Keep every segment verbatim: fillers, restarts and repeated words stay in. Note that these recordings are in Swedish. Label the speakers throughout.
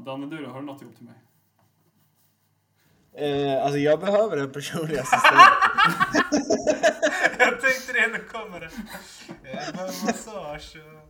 Speaker 1: Danne, du då? Har du något ihop till mig?
Speaker 2: Eh, alltså jag behöver en personlig assistent.
Speaker 3: Jag tänkte det, nu kommer det. Jag behöver massage. Och...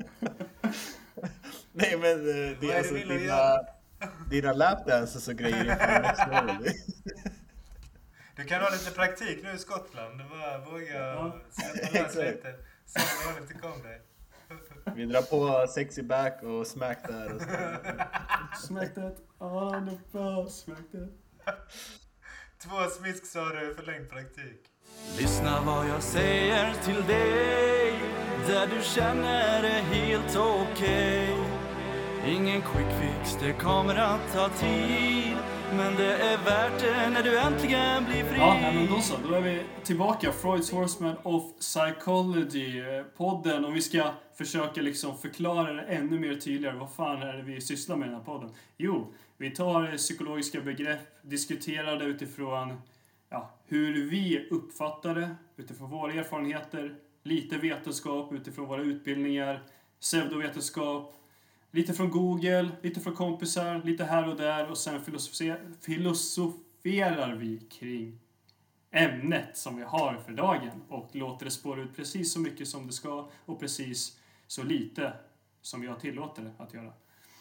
Speaker 2: Nej men eh, det är alltså dina, dina lapdances och grejer är fan next level.
Speaker 3: Du kan ha lite praktik nu i Skottland. Du bara våga ja. Släppa lös lite. Se vad det tycker om dig.
Speaker 2: Vi drar på sexy back och smack där. Och
Speaker 1: smack that on the floor, smack that.
Speaker 3: Två smisk så har du förlängd praktik.
Speaker 4: Lyssna vad jag säger till dig, där du känner det helt okej. Okay. Ingen quick fix, det kommer att ta tid, men det är värt det när du äntligen blir fri.
Speaker 1: Ja, men då så. Då är vi tillbaka. Freud's Horseman of Psychology-podden. Och vi ska försöka liksom förklara det ännu mer tydligare. Vad fan är det vi sysslar med i den här podden? Jo, vi tar psykologiska begrepp, diskuterar det utifrån ja, hur vi uppfattar det, utifrån våra erfarenheter, lite vetenskap utifrån våra utbildningar, pseudovetenskap, lite från Google, lite från kompisar, lite här och där. Och sen filosoferar vi kring ämnet som vi har för dagen. Och låter det spåra ut precis så mycket som det ska. Och precis så lite som jag tillåter det att göra.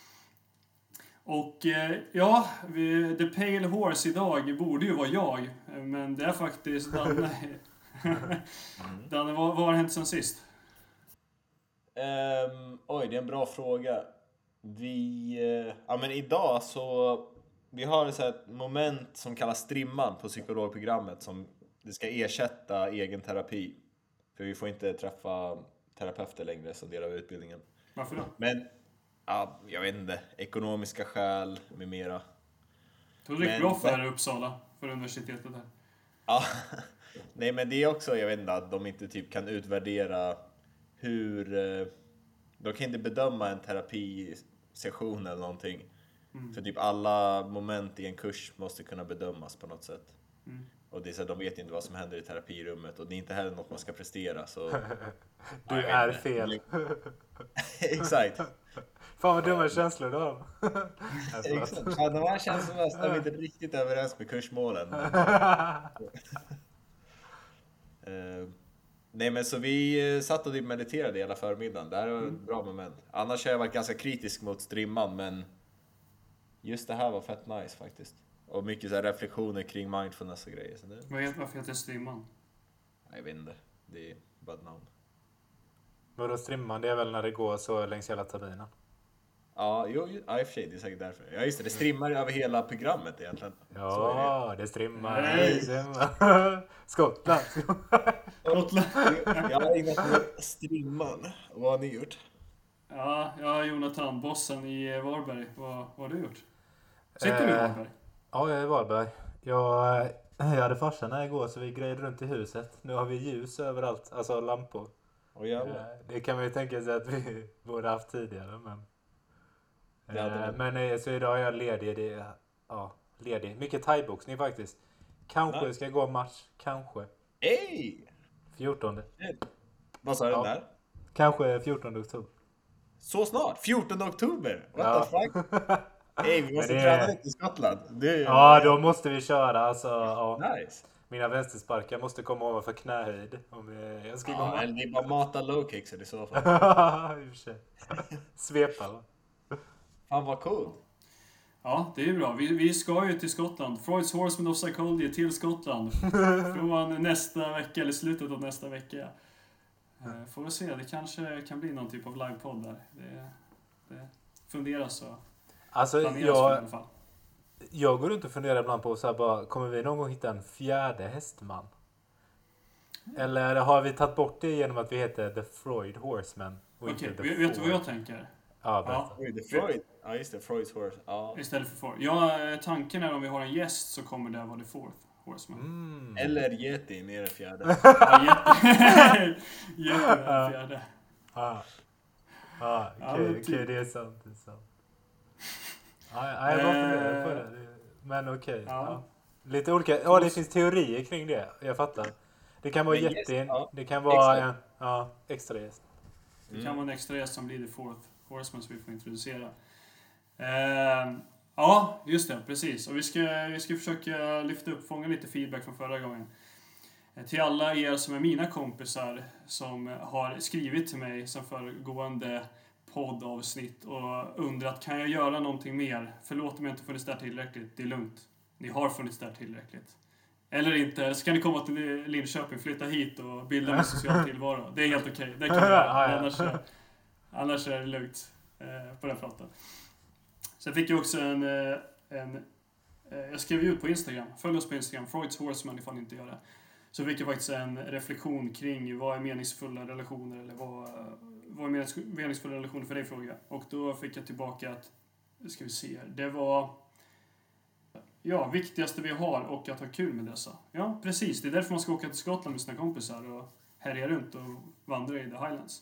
Speaker 1: Och ja, vi, The Pale Horse idag borde ju vara jag. Men det är faktiskt Danne. Danne, vad, vad har hänt sen sist?
Speaker 2: Um, oj, det är en bra fråga. Vi, uh, ja men idag så, vi har ett så här moment som kallas strimman på psykologprogrammet som det ska ersätta egen terapi. För vi får inte träffa terapeuter längre som del av utbildningen.
Speaker 1: Varför då?
Speaker 2: Men, ja, jag vet inte, ekonomiska skäl med mera.
Speaker 1: Det gick bra för Uppsala, för universitetet där.
Speaker 2: Ja, nej men det är också, jag vet inte, att de inte typ kan utvärdera hur, de kan inte bedöma en terapisession eller någonting. Mm. För typ alla moment i en kurs måste kunna bedömas på något sätt. Mm. Och det är så att de vet inte vad som händer i terapirummet. Och det är inte heller något man ska prestera. Så...
Speaker 3: Du ja, är fel.
Speaker 2: Exakt.
Speaker 3: Fan vad dumma känslor du har.
Speaker 2: Exakt. Ja, de här känslorna stämmer inte riktigt överens med kursmålen. uh, nej men så vi satt och mediterade hela förmiddagen. Det här var ett bra moment. Annars har jag varit ganska kritisk mot strimman. Men just det här var fett nice faktiskt. Och mycket så här reflektioner kring mindfulness och grejer. Så det...
Speaker 1: Vad heter, varför heter det strimman?
Speaker 2: Jag vet inte. Det är bara ett namn.
Speaker 3: Vadå strimman? Det är väl när det går så längs hela terminen?
Speaker 2: Ja, jo, ja, i och för sig, det är säkert därför. Ja, just det. Det strimmar över hela programmet egentligen.
Speaker 3: Ja, det. det strimmar. Nej. Det strimmar. Skottland.
Speaker 1: Skottland.
Speaker 2: Jag har ägnat mig strimman. Vad har ni gjort?
Speaker 1: Ja, jag är Jonathan, bossen i Varberg. Vad, vad har du gjort? Sitter du i Varberg?
Speaker 3: Ja, jag är i Varberg. Jag, jag hade farsan här igår så vi grejade runt i huset. Nu har vi ljus överallt, alltså lampor.
Speaker 2: Oh, jävlar.
Speaker 3: Det kan man ju tänka sig att vi borde haft tidigare. Men, ja, men så idag är jag ledig. Det är, ja, ledig. Mycket thaiboxning faktiskt. Kanske Nej. ska gå match. Kanske.
Speaker 2: Ej!
Speaker 3: fjortonde.
Speaker 2: Vad sa du ja. där?
Speaker 3: Kanske fjortonde oktober.
Speaker 2: Så snart? fjortonde oktober? What
Speaker 3: ja.
Speaker 2: the fuck? Ej, vi måste det... träna lite i Skottland. Det är...
Speaker 3: Ja, då måste vi köra. Alltså, ja.
Speaker 2: Nice.
Speaker 3: Mina vänstersparkar måste komma över för knähöjd. Om jag ska
Speaker 2: ja,
Speaker 3: gå
Speaker 2: eller det är bara mata low kicks i så fall.
Speaker 3: Svepa, va?
Speaker 2: Fan vad cool.
Speaker 1: Ja, det är bra. Vi, vi ska ju till Skottland. Freud's Horseman of Psychology till Skottland. Från nästa vecka, eller slutet av nästa vecka. Får vi se, det kanske kan bli någon typ av livepodd där. Det, det funderas så.
Speaker 3: Alltså, jag, i alla fall. Jag går runt och funderar ibland på så här bara, kommer vi någon gång hitta en fjärde hästman? Eller har vi tagit bort det genom att vi heter The Freud Horseman?
Speaker 1: Okej, okay, vet du vad jag tänker?
Speaker 3: Ja,
Speaker 2: ja. The Freud. Ja, just det, Freud's Horse. Ja.
Speaker 1: Istället för Freud. Ja, tanken är om vi har en gäst så kommer det vara The Fourth Horseman.
Speaker 2: Mm. Eller Yeti ner i fjärde.
Speaker 1: Ja, Yeti. Yeti är fjärde.
Speaker 3: Ja, ah, okej, okay, okay, det är sant, det är sant. Ja, jag bara funderar på det. Men okej. Okay, ja. Ja. Lite olika. Ja, det finns teorier kring det. Jag fattar. Det kan vara jätte. Ja. Det kan vara extra. En ja, extra gäst.
Speaker 1: Det kan vara en extra gäst som blir The Fourth Horseman som vi får introducera. Eh, ja, just det, precis. Och vi ska, vi ska försöka lyfta upp, fånga lite feedback från förra gången. Eh, till alla er som är mina kompisar som har skrivit till mig som föregående poddavsnitt och undrat, kan jag göra någonting mer? Förlåt om jag inte funnits där tillräckligt, det är lugnt. Ni har funnits där tillräckligt. Eller inte, eller så kan ni komma till Linköping, flytta hit och bilda en social tillvaro. Det är helt okej, okay. Det kan vi göra. Annars, annars är det lugnt eh, på den fronten. Sen fick jag också en, en eh, jag skrev ut på Instagram, följ oss på Instagram, Freud's Horseman ifall ni inte gör det. Så fick jag faktiskt en reflektion kring vad är meningsfulla relationer, eller vad, vad är meningsfulla relationer för dig, fråga. Och då fick jag tillbaka att, ska vi se, det var ja, viktigaste vi har och att ha kul med dessa. Ja, precis. Det är därför man ska åka till Skottland med sina kompisar och härja runt och vandra i the Highlands.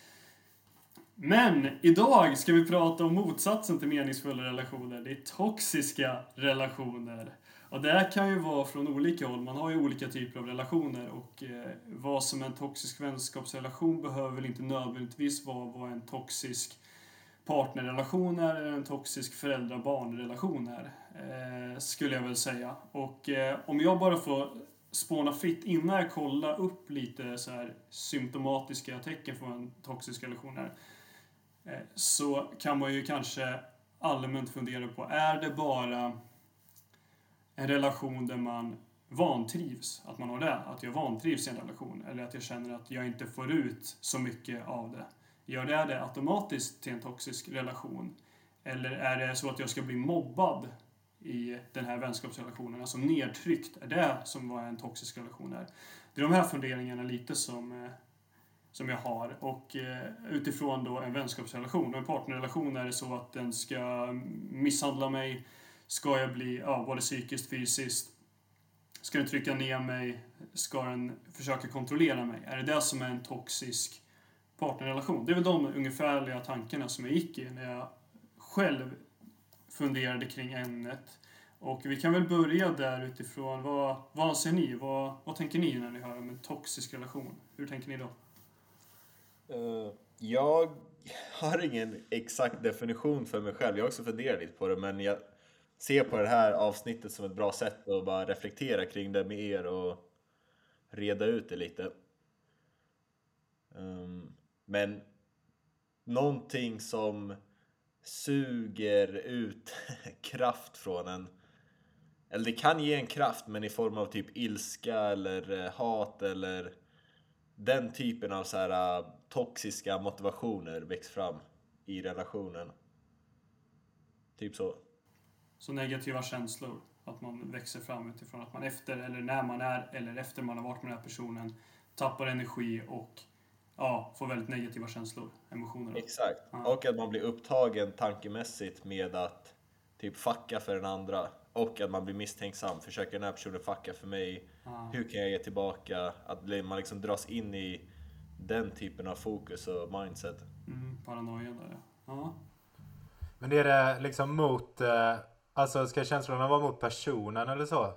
Speaker 1: Men idag ska vi prata om motsatsen till meningsfulla relationer. Det är toxiska relationer. Och det här kan ju vara från olika håll. Man har ju olika typer av relationer. Och eh, vad som är en toxisk vänskapsrelation behöver väl inte nödvändigtvis vara vad en toxisk partnerrelation är eller en toxisk föräldrar-barnrelation är. Eh, skulle jag väl säga. Och eh, om jag bara får spåna fritt innan jag kollar upp lite så här symptomatiska tecken för en toxisk relation är, eh, så kan man ju kanske allmänt fundera på, är det bara en relation där man vantrivs, att man har det, att jag vantrivs i en relation, eller att jag känner att jag inte får ut så mycket av det. Gör det det automatiskt till en toxisk relation? Eller är det så att jag ska bli mobbad i den här vänskapsrelationen, alltså nedtryckt, är det som vad en toxisk relation är? Det är de här funderingarna lite som, som jag har. Och utifrån då en vänskapsrelation och en partnerrelation är det så att den ska misshandla mig, ska jag bli, ja, både psykiskt, fysiskt, ska den trycka ner mig, ska den försöka kontrollera mig? Är det det som är en toxisk partnerrelation? Det är väl de ungefärliga tankarna som jag gick i när jag själv funderade kring ämnet. Och vi kan väl börja där utifrån, vad, vad anser ni? Vad, vad tänker ni när ni hör om en toxisk relation? Hur tänker ni då?
Speaker 2: Uh, jag har ingen exakt definition för mig själv. Jag har också funderat lite på det, men jag ser på det här avsnittet som ett bra sätt att bara reflektera kring det med er och reda ut det lite. Um, men någonting som suger ut kraft från en, eller det kan ge en kraft, men i form av typ ilska eller hat eller den typen av så här uh, toxiska motivationer väcks fram i relationen. Typ så.
Speaker 1: Så negativa känslor, att man växer fram utifrån att man efter, eller när man är, eller efter man har varit med den här personen, tappar energi och ja, får väldigt negativa känslor, emotioner.
Speaker 2: Exakt.
Speaker 1: Ja.
Speaker 2: Och att man blir upptagen tankemässigt med att typ fucka för den andra. Och att man blir misstänksam. Försöker den här personen fucka för mig? Ja. Hur kan jag ge tillbaka? Att man liksom dras in i den typen av fokus och mindset.
Speaker 1: Mm, paranoia där, ja.
Speaker 3: Men är det liksom mot, eh, alltså ska känslorna vara mot personen eller så?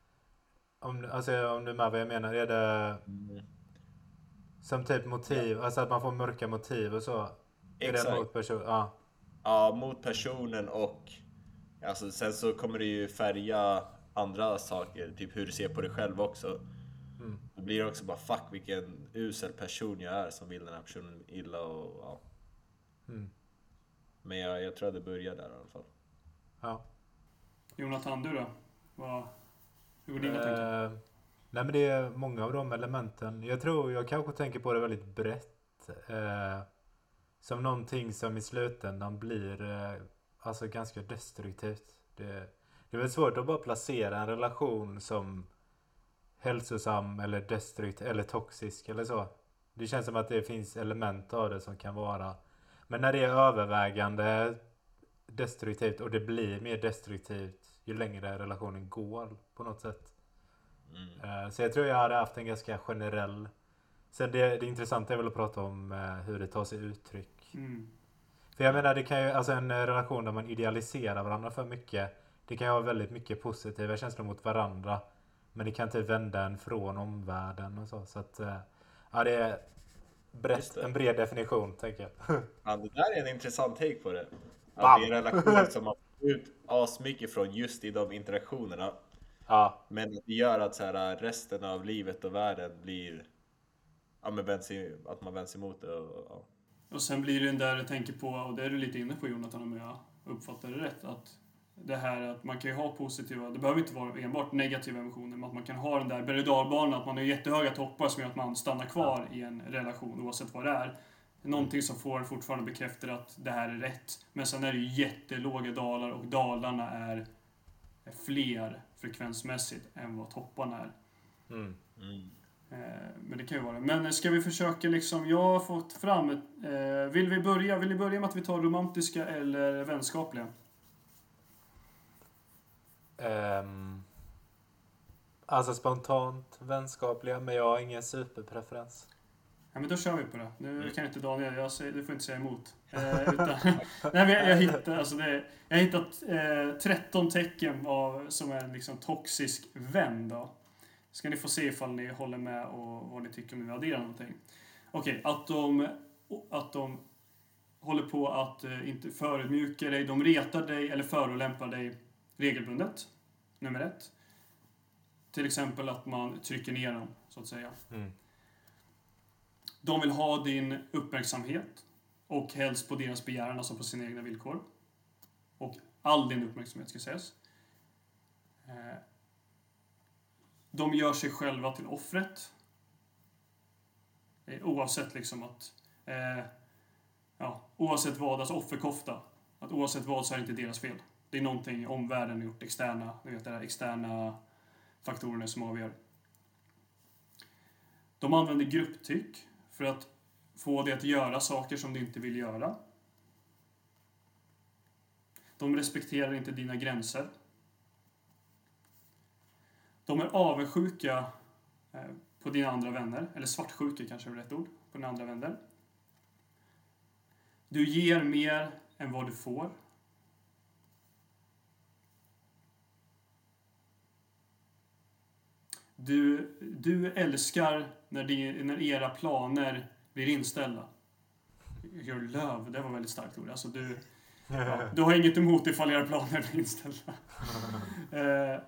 Speaker 3: Om, alltså om du är med vad jag menar, är det mm. som typ motiv, ja. Alltså att man får mörka motiv och så?
Speaker 2: Exakt.
Speaker 3: Är det mot personen? Ja.
Speaker 2: Ja, mot personen och alltså, sen så kommer det ju färga andra saker, typ hur du ser på dig själv också. Mm. Då blir det också bara, fuck vilken usel person jag är som vill den här personen illa och ja. Mm. Men jag, jag tror att det börjar där i alla fall.
Speaker 3: Ja.
Speaker 1: Jonathan, du då? Vad, hur går dina uh, tankar?
Speaker 3: Nej, men det är många av de elementen. Jag tror, jag kanske tänker på det väldigt brett. Uh, som någonting som i slutändan blir uh, alltså ganska destruktivt. Det, det är väl svårt att bara placera en relation som hälsosam eller destruktiv eller toxisk eller så. Det känns som att det finns element av det som kan vara. Men när det är övervägande destruktivt och det blir mer destruktivt ju längre relationen går på något sätt. Mm. Så jag tror jag hade haft en ganska generell. Sen det, det intressanta är väl att prata om hur det tar sig uttryck. Mm. För jag menar, det kan ju, alltså en relation där man idealiserar varandra för mycket, det kan ju ha väldigt mycket positiva känslor mot varandra. Men det kan inte vända en från omvärlden och så. Så att, ja, det är brett, en bred definition, tänker jag.
Speaker 2: Ja, det där är en intressant take på det. Att det är en relation som man får ut asmycket från just i de interaktionerna.
Speaker 3: Ja.
Speaker 2: Men det gör att så här, resten av livet och världen blir ja, men vänds i, att man vänds emot det. Och, ja.
Speaker 1: Och sen blir det den där jag tänker på, och det är du lite inne på Jonathan om jag uppfattar det rätt, att det här att man kan ju ha positiva, det behöver inte vara enbart negativa emotioner, men att man kan ha den där berg- och dalbanan, att man har jättehöga toppar som gör att man stannar kvar i en relation oavsett vad det är. Någonting som får fortfarande bekräfta att det här är rätt. Men sen är det ju jättelåga dalar och dalarna är fler frekvensmässigt än vad topparna är.
Speaker 3: Mm.
Speaker 2: Mm.
Speaker 1: Men det kan ju vara. Men ska vi försöka liksom, jag har fått fram ett, eh, vill vi börja, vill ni börja med att vi tar romantiska eller vänskapliga?
Speaker 3: Um, alltså spontant vänskapliga, men jag har ingen superpreferens.
Speaker 1: Ja, men då kör vi på det. Nu kan inte Daniel, jag säger, du får inte säga emot. Eh, utan, nej, men jag, jag hittar, alltså det, jag har hittat eh, tretton tecken av, som är en liksom toxisk vän då. Ska ni få se ifall ni håller med och vad ni tycker om ni adderar någonting. Okej, okay, att de att de håller på att eh, inte förödmjuka dig, de retar dig eller förolämpar dig regelbundet. Nummer ett. Till exempel att man trycker ner dem, så att säga.
Speaker 3: Mm.
Speaker 1: De vill ha din uppmärksamhet och helst på deras begäran, alltså på sina egna villkor. Och all din uppmärksamhet ska sägas. Eh, De gör sig själva till offret. Oavsett liksom att... Eh, ja, oavsett vad, alltså offerkofta. Att oavsett vad så är det inte deras fel. Det är någonting omvärlden har gjort, externa, du vet det där, externa faktorerna som avgör. De använder grupptyck för att få dig att göra saker som du inte vill göra. De respekterar inte dina gränser. De är avundsjuka på dina andra vänner. Eller svartsjuka kanske är rätt ord. På dina andra vänner. Du ger mer än vad du får. Du, du älskar när, det, när era planer blir inställda. Your love, det var väldigt starkt ord. Alltså du, ja, du har inget emot ifall era planer blir inställda. eh,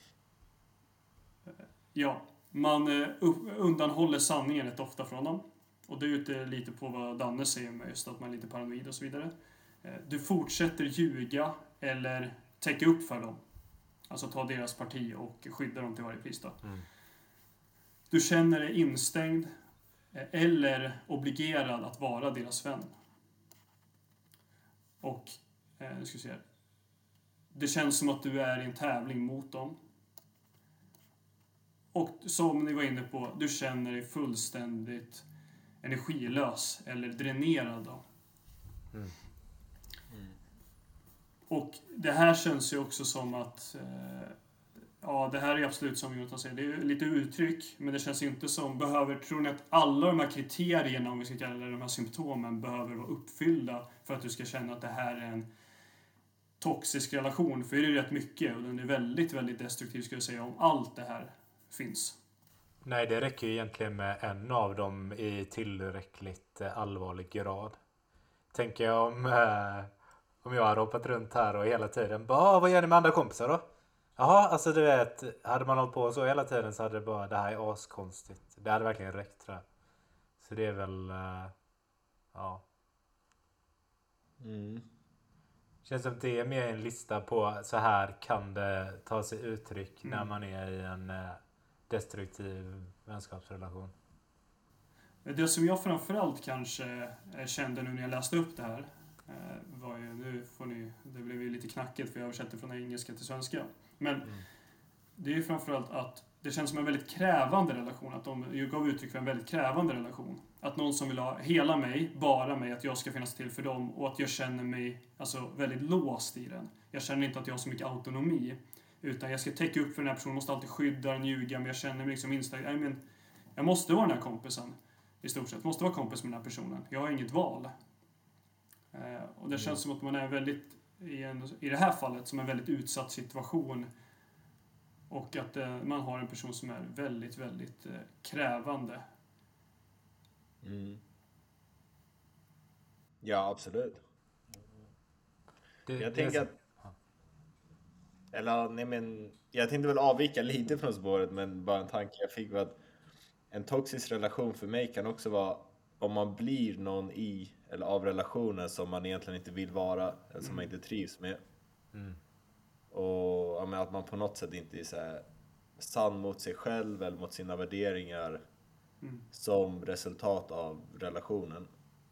Speaker 1: Ja, man undanhåller sanningen rätt ofta från dem. Och det är ute lite på vad Danne säger med just att man är lite paranoid och så vidare. Du fortsätter ljuga eller täcka upp för dem. Alltså ta deras parti och skydda dem till varje pris då.
Speaker 3: Mm.
Speaker 1: Du känner dig instängd eller obligerad att vara deras vän. Och, nu ska vi se här. Det känns som att du är i en tävling mot dem. Och som ni var inne på, du känner dig fullständigt energilös eller dränerad då.
Speaker 3: Mm.
Speaker 2: Mm.
Speaker 1: Och det här känns ju också som att eh, ja, det här är absolut som Jonathan säger, det är lite uttryck, men det känns inte som, behöver, tror ni att alla de här kriterierna, om vi ska kalla det, de här symptomen behöver vara uppfyllda för att du ska känna att det här är en toxisk relation? För det är ju rätt mycket och den är väldigt, väldigt destruktiv, skulle jag säga, om allt det här finns.
Speaker 3: Nej, det räcker ju egentligen med en av dem i tillräckligt allvarlig grad. Tänker jag om, eh, om jag hade hoppat runt här och hela tiden bara, vad gör ni med andra kompisar då? Jaha, alltså du vet, hade man hållit på så hela tiden så hade det bara, det här är askonstigt. Det hade verkligen räckt, tror jag. Så det är väl, eh, ja.
Speaker 2: Mm.
Speaker 3: Känns som det är mer en lista på så här kan det ta sig uttryck
Speaker 1: Mm.
Speaker 3: när man är i en eh, destruktiv vänskapsrelation.
Speaker 1: Det som jag framförallt kanske kände nu när jag läste upp det här var ju, nu får ni, det blev ju lite knackigt för jag översätter från engelska till svenska. Men
Speaker 3: Mm.
Speaker 1: det är ju framförallt att det känns som en väldigt krävande relation. Att de gav uttryck för en väldigt krävande relation. Att någon som vill ha hela mig, bara mig, att jag ska finnas till för dem. Och att jag känner mig alltså, väldigt låst i den. Jag känner inte att jag har så mycket autonomi. Utan jag ska täcka upp för den här personen, måste alltid skydda den, ljuga. Men jag känner mig liksom inställd. I mean, jag måste vara den här kompisen. I stort sett. Måste vara kompis med den här personen. Jag har inget val. Eh, och det
Speaker 2: Mm.
Speaker 1: känns som att man är väldigt, i, en, i det här fallet, som en väldigt utsatt situation. Och att eh, man har en person som är väldigt, väldigt eh, krävande.
Speaker 2: Mm. Ja, absolut.
Speaker 3: det,
Speaker 2: jag
Speaker 3: det
Speaker 2: tänker
Speaker 3: är...
Speaker 2: att... Eller nej men... Jag tänkte väl avvika lite från spåret, men bara en tanke jag fick var att en toxisk relation för mig kan också vara om man blir någon i eller av relationer som man egentligen inte vill vara eller som mm. man inte trivs med.
Speaker 3: Mm.
Speaker 2: Och ja, men att man på något sätt inte är så här sann mot sig själv eller mot sina värderingar mm. som resultat av relationen.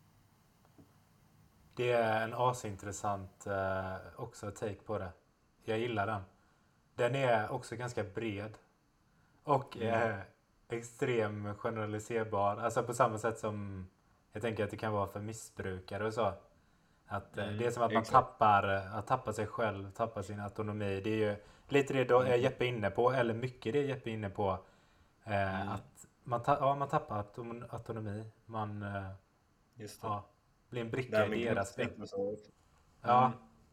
Speaker 3: Det är en asintressant eh, också take på det. Jag gillar den. Den är också ganska bred. Och mm. eh, extrem generaliserbar. Alltså på samma sätt som jag tänker att det kan vara för missbrukare och så. Att mm, det är som att man tappar, att tappa sig själv, tappar sin autonomi. Det är ju lite det då är Jeppe inne på, eller mycket det Jeppe inne på. Eh, mm. Att man, ta, ja, man tappar autonomi. Man eh,
Speaker 2: Just det.
Speaker 3: Ja, blir en bricka i deras spel. Mm. Ja.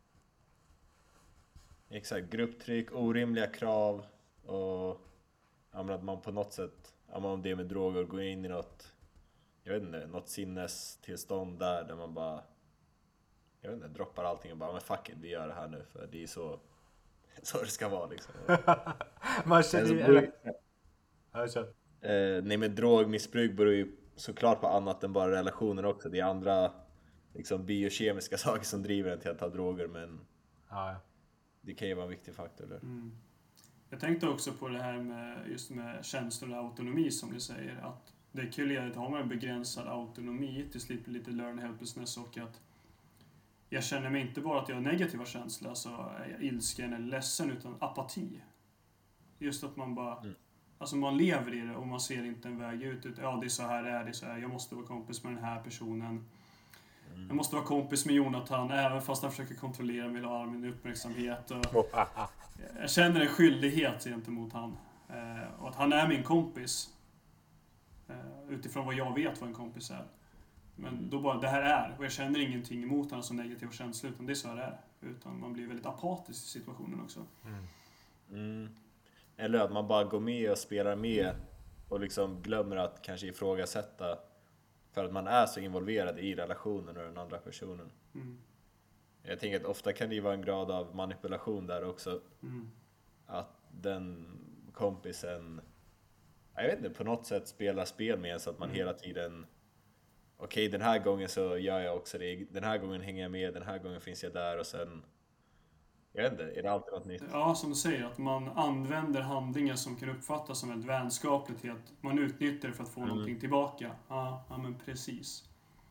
Speaker 2: Exakt, grupptryck, orimliga krav och ja, men att man på något sätt, ja, om det med droger går in i något, jag vet inte, något sinnestillstånd där, där man bara, jag vet inte, droppar allting och bara, men fuck it, vi gör det här nu, för det är så, så det ska vara liksom.
Speaker 3: Man känner ju, eller... Ja, kör.
Speaker 2: Eh, nej men drogmissbruk beror ju såklart på annat än bara relationer också. Det är andra liksom biokemiska saker som driver en till att ta droger, men
Speaker 3: ja.
Speaker 2: Det kan ju vara en viktig faktor där.
Speaker 1: Mm. Jag tänkte också på det här med just med känslor och autonomi som du säger, att det kan ju leda till att har man en begränsad autonomi till slipper lite learn helplessness, och att jag känner mig inte bara att jag har negativa känslor, alltså är jag ilsken eller ledsen, utan apati. Just att man bara mm. alltså man lever i det och man ser inte en väg ut. Ja, det är så här det är, det är så här. Jag måste vara kompis med den här personen. Mm. Jag måste vara kompis med Jonathan, även fast han försöker kontrollera mig och ha min uppmärksamhet. Och jag känner en skyldighet gentemot han. Och att han är min kompis. Utifrån vad jag vet vad en kompis är. Men då bara, det här är. Och jag känner ingenting emot honom som negativa känslor, utan det är så här det är. Utan man blir väldigt apatisk i situationen också.
Speaker 2: Mm. Mm. Eller att man bara går med och spelar med och liksom glömmer att kanske ifrågasätta, för att man är så involverad i relationen och den andra personen. Mm. Jag tänker att ofta kan det vara en grad av manipulation där också. Mm. Att den kompisen, jag vet inte, på något sätt spelar spel med en, så att man mm. hela tiden, okej, okay, den här gången så gör jag också det, den här gången hänger jag med, den här gången finns jag där, och sen jag vet inte, är det alltid något nytt?
Speaker 1: Ja, som du säger, att man använder handlingar som kan uppfattas som väldigt vänskapligt till att man utnyttjar det för att få mm. någonting tillbaka. Ja, ja, men precis.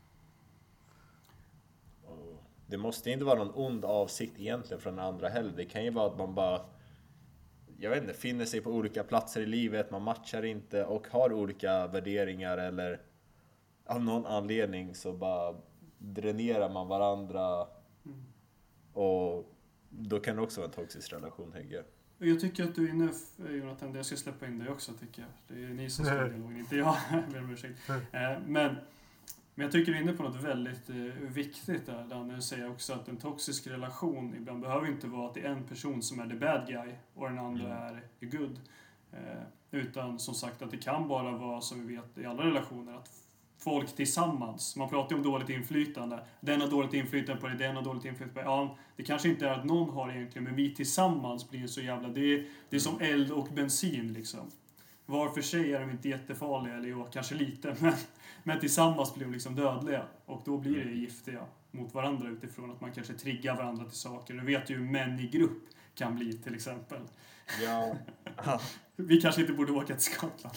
Speaker 2: Det måste inte vara någon ond avsikt egentligen från den andra heller. Det kan ju vara att man bara, jag vet inte, finner sig på olika platser i livet, man matchar inte och har olika värderingar, eller av någon anledning så bara dränerar man varandra mm. och då kan det också vara en toxisk relation, tänker jag.
Speaker 1: Jag tycker att du är inne, Jonathan, jag ska släppa in dig också, tycker jag. Det är ni som ska dialogen, inte jag. men, men jag tycker du är inne på något väldigt viktigt där, där du säger också att en toxisk relation ibland behöver inte vara att det är en person som är the bad guy och den andra mm. är good. Utan som sagt att det kan bara vara, som vi vet i alla relationer, att folk tillsammans. Man pratar ju om dåligt inflytande. Den har dåligt inflytande på det, den har dåligt inflytande på det. Ja, det kanske inte är att någon har egentligen, men vi tillsammans blir så jävla... Det är, det är som eld och bensin liksom. Var för sig är de inte jättefarliga, eller ja, kanske lite, men, men tillsammans blir de liksom dödliga. Och då blir det giftiga mot varandra utifrån att man kanske triggar varandra till saker. Du vet ju hur män i grupp kan bli, till exempel.
Speaker 2: Ja.
Speaker 1: Vi kanske inte borde åka till Skottland.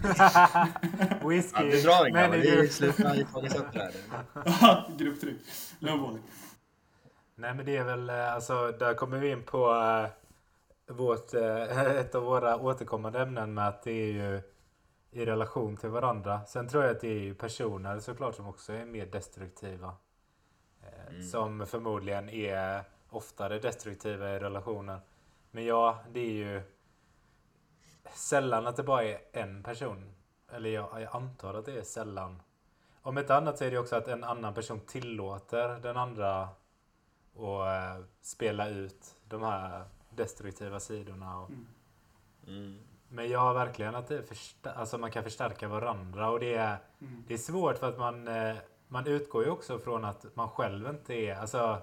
Speaker 3: Whisky.
Speaker 2: Ja, det drar inga, men det är ju slutna ifrågasätter här.
Speaker 1: Ja, grupptryck. Lövmål.
Speaker 3: Nej, men det är väl, alltså, där kommer vi in på uh, vårt, uh, ett av våra återkommande ämnen med att det är ju i relation till varandra. Sen tror jag att det är ju personer såklart som också är mer destruktiva. Uh, mm. Som förmodligen är oftare destruktiva i relationer. Men ja, det är ju sällan att det bara är en person. Eller jag, jag antar att det är sällan. Om ett annat så är det också att en annan person tillåter den andra att uh, spela ut de här destruktiva sidorna. Och...
Speaker 2: Mm. Mm.
Speaker 3: Men ja, verkligen att det är första- alltså man kan förstärka varandra. Och det är, mm. det är svårt för att man, uh, man utgår ju också från att man själv inte är... Alltså,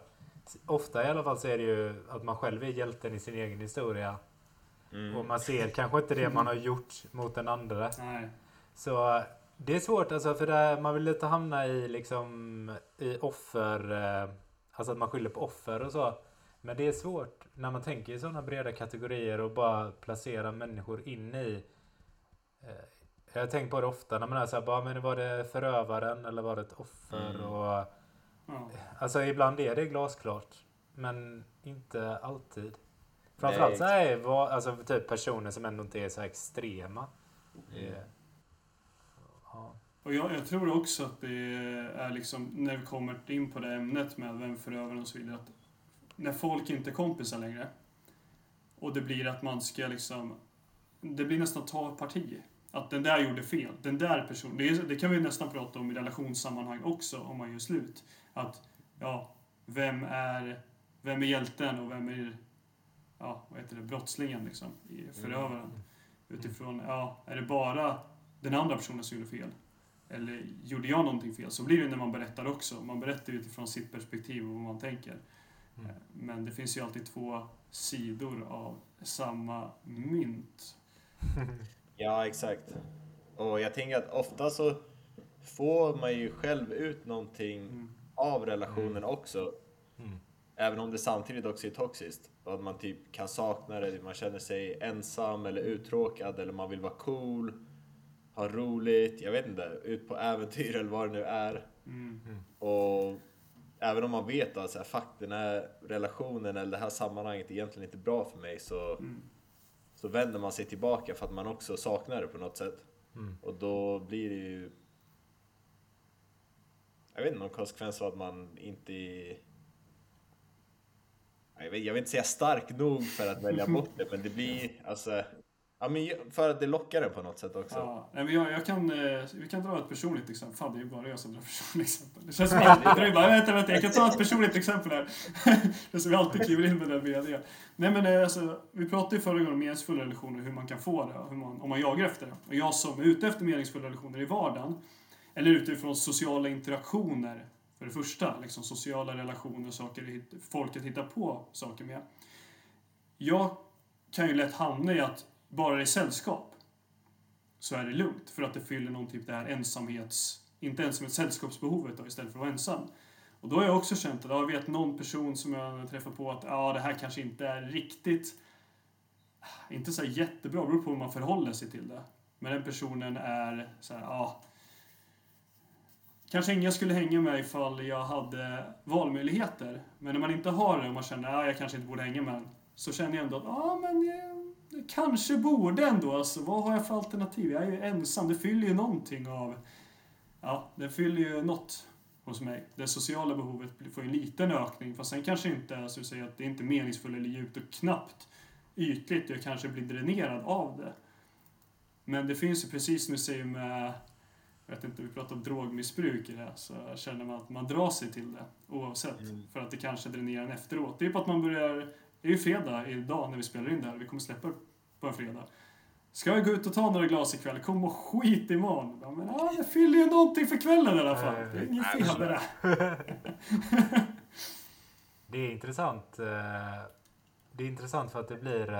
Speaker 3: ofta i alla fall så är det ju att man själv är hjälten i sin egen historia. Mm. Och man ser kanske inte det man har gjort mot den andra.
Speaker 1: Nej.
Speaker 3: Så det är svårt alltså, för det, man vill inte hamna i liksom i offer, eh, alltså att man skyller på offer och så. Men det är svårt när man tänker i sådana breda kategorier och bara placera människor in i. Eh, jag har tänkt på det ofta när man är så här, bara, men var det förövaren eller var det ett offer? Mm. Och,
Speaker 1: ja.
Speaker 3: Alltså ibland är det glasklart, men inte alltid. Framförallt så är det alltså, typ personer som ändå inte är så extrema. Mm. Eh,
Speaker 1: ja. Och jag, jag tror också att det är liksom, när vi kommer in på det ämnet med vem förövaren och så vidare, att när folk inte är kompisar längre och det blir att man ska liksom, det blir nästan ta parti. Att den där gjorde fel, den där personen, det, är, det kan vi nästan prata om i relationssammanhang också om man gör slut. Att, ja, vem är, vem är hjälten och vem är, ja, vad heter det, brottslingen liksom, i förövaren. Mm. Utifrån, ja, är det bara den andra personen som gjorde fel? Eller gjorde jag någonting fel? Så blir det när man berättar också. Man berättar utifrån sitt perspektiv och vad man tänker. Mm. Men det finns ju alltid två sidor av samma mynt.
Speaker 2: Ja, exakt. Och jag tänker att ofta så får man ju själv ut någonting mm. av relationen mm. också. Mm. Även om det samtidigt också är toxiskt. Och att man typ kan sakna det, man känner sig ensam eller uttråkad eller man vill vara cool, ha roligt, jag vet inte, ut på äventyr eller vad det nu är. Mm. Och även om man vet att så här, fuck, den här relationen eller det här sammanhanget är egentligen inte bra för mig, så, mm. så vänder man sig tillbaka för att man också saknar det på något sätt. Mm. Och då blir det ju, jag vet inte, någon konsekvens av att man inte är, jag vill, jag vill inte säga stark nog för att välja bort det, men det blir alltså, ja, men för att det lockar den på något sätt också.
Speaker 1: Ja, men jag, jag kan, vi kan dra ett personligt exempel. Fan, det är ju bara jag som drar personligt exempel. Det känns som att jag bara, vänta, vänta, jag kan ta ett personligt exempel här. Det som vi alltid kliver in med den meningen. Nej, men alltså, vi pratade ju förra gången om meningsfulla relationer, hur man kan få det, hur man, om man jagar efter det. Och jag som är ute efter meningsfulla relationer i vardagen, eller utifrån sociala interaktioner, för det första, liksom sociala relationer, saker folket hittar på saker med. Jag kan ju lätt hamna i att bara i sällskap så är det lugnt, för att det fyller någon typ det här ensamhets, inte ens med sällskapsbehovet då, istället för att vara ensam. Och då har jag också känt att jag vet någon person som jag träffar på att ja, det här kanske inte är riktigt, inte så här jättebra, beror på hur man förhåller sig till det. Men den personen är så här, ja, kanske ingen skulle hänga med ifall jag hade valmöjligheter. Men när man inte har det och man känner att ja, jag kanske inte borde hänga med den, så känner jag ändå att ja, men jag, jag kanske borde ändå. Alltså, vad har jag för alternativ? Jag är ju ensam. Det fyller ju någonting av, ja, det fyller ju något hos mig. Det sociala behovet får en liten ökning. Fast sen kanske inte, alltså, du säger att det är inte meningsfullt eller djupt och knappt ytligt. Jag kanske blir dränerad av det. Men det finns ju precis som du säger med, jag vet inte, vi pratar om drogmissbruk i det här, så känner man att man drar sig till det oavsett. Mm. För att det kanske dränerar en efteråt. Det är på att man börjar, det är ju fredag idag när vi spelar in det här. Vi kommer släppa på en fredag. Ska jag gå ut och ta några glas ikväll? Kom och skit imorgon. Ja, men ja, det fyller ju någonting för kvällen i alla fall. Det är ingen fel med det.
Speaker 3: Det är intressant. Det är intressant för att det blir,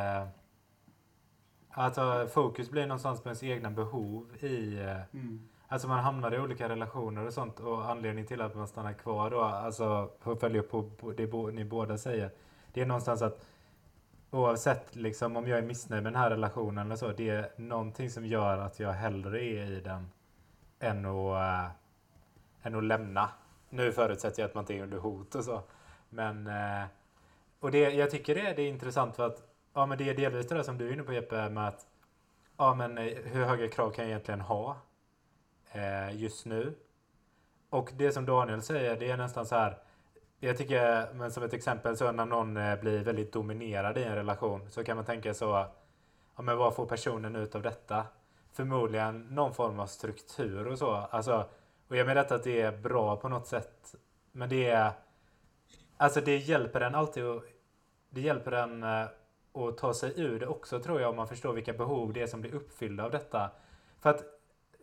Speaker 3: alltså fokus blir någonstans på ens egna behov i, mm. Alltså man hamnar i olika relationer och sånt, och anledningen till att man stannar kvar då, alltså för att följa upp på det ni båda säger, det är någonstans att oavsett liksom om jag är missnöjd med den här relationen eller så, det är någonting som gör att jag hellre är i den än att, äh, än att lämna. Nu förutsätter jag att man inte är under hot och så, men äh, och det, jag tycker det, det är intressant för att ja, men det är delvis det där som du är inne på, Jeppe, med att ja, men hur höga krav kan jag egentligen ha eh, just nu? Och det som Daniel säger, det är nästan så här, jag tycker, men som ett exempel, så när någon eh, blir väldigt dominerad i en relation, så kan man tänka så, ja, men vad får personen ut av detta? Förmodligen någon form av struktur och så. Alltså, och jag menar att det är bra på något sätt, men det är, alltså det hjälper en alltid att, det hjälper en eh, att ta sig ur det också, tror jag, om man förstår vilka behov det är som blir uppfyllda av detta. För att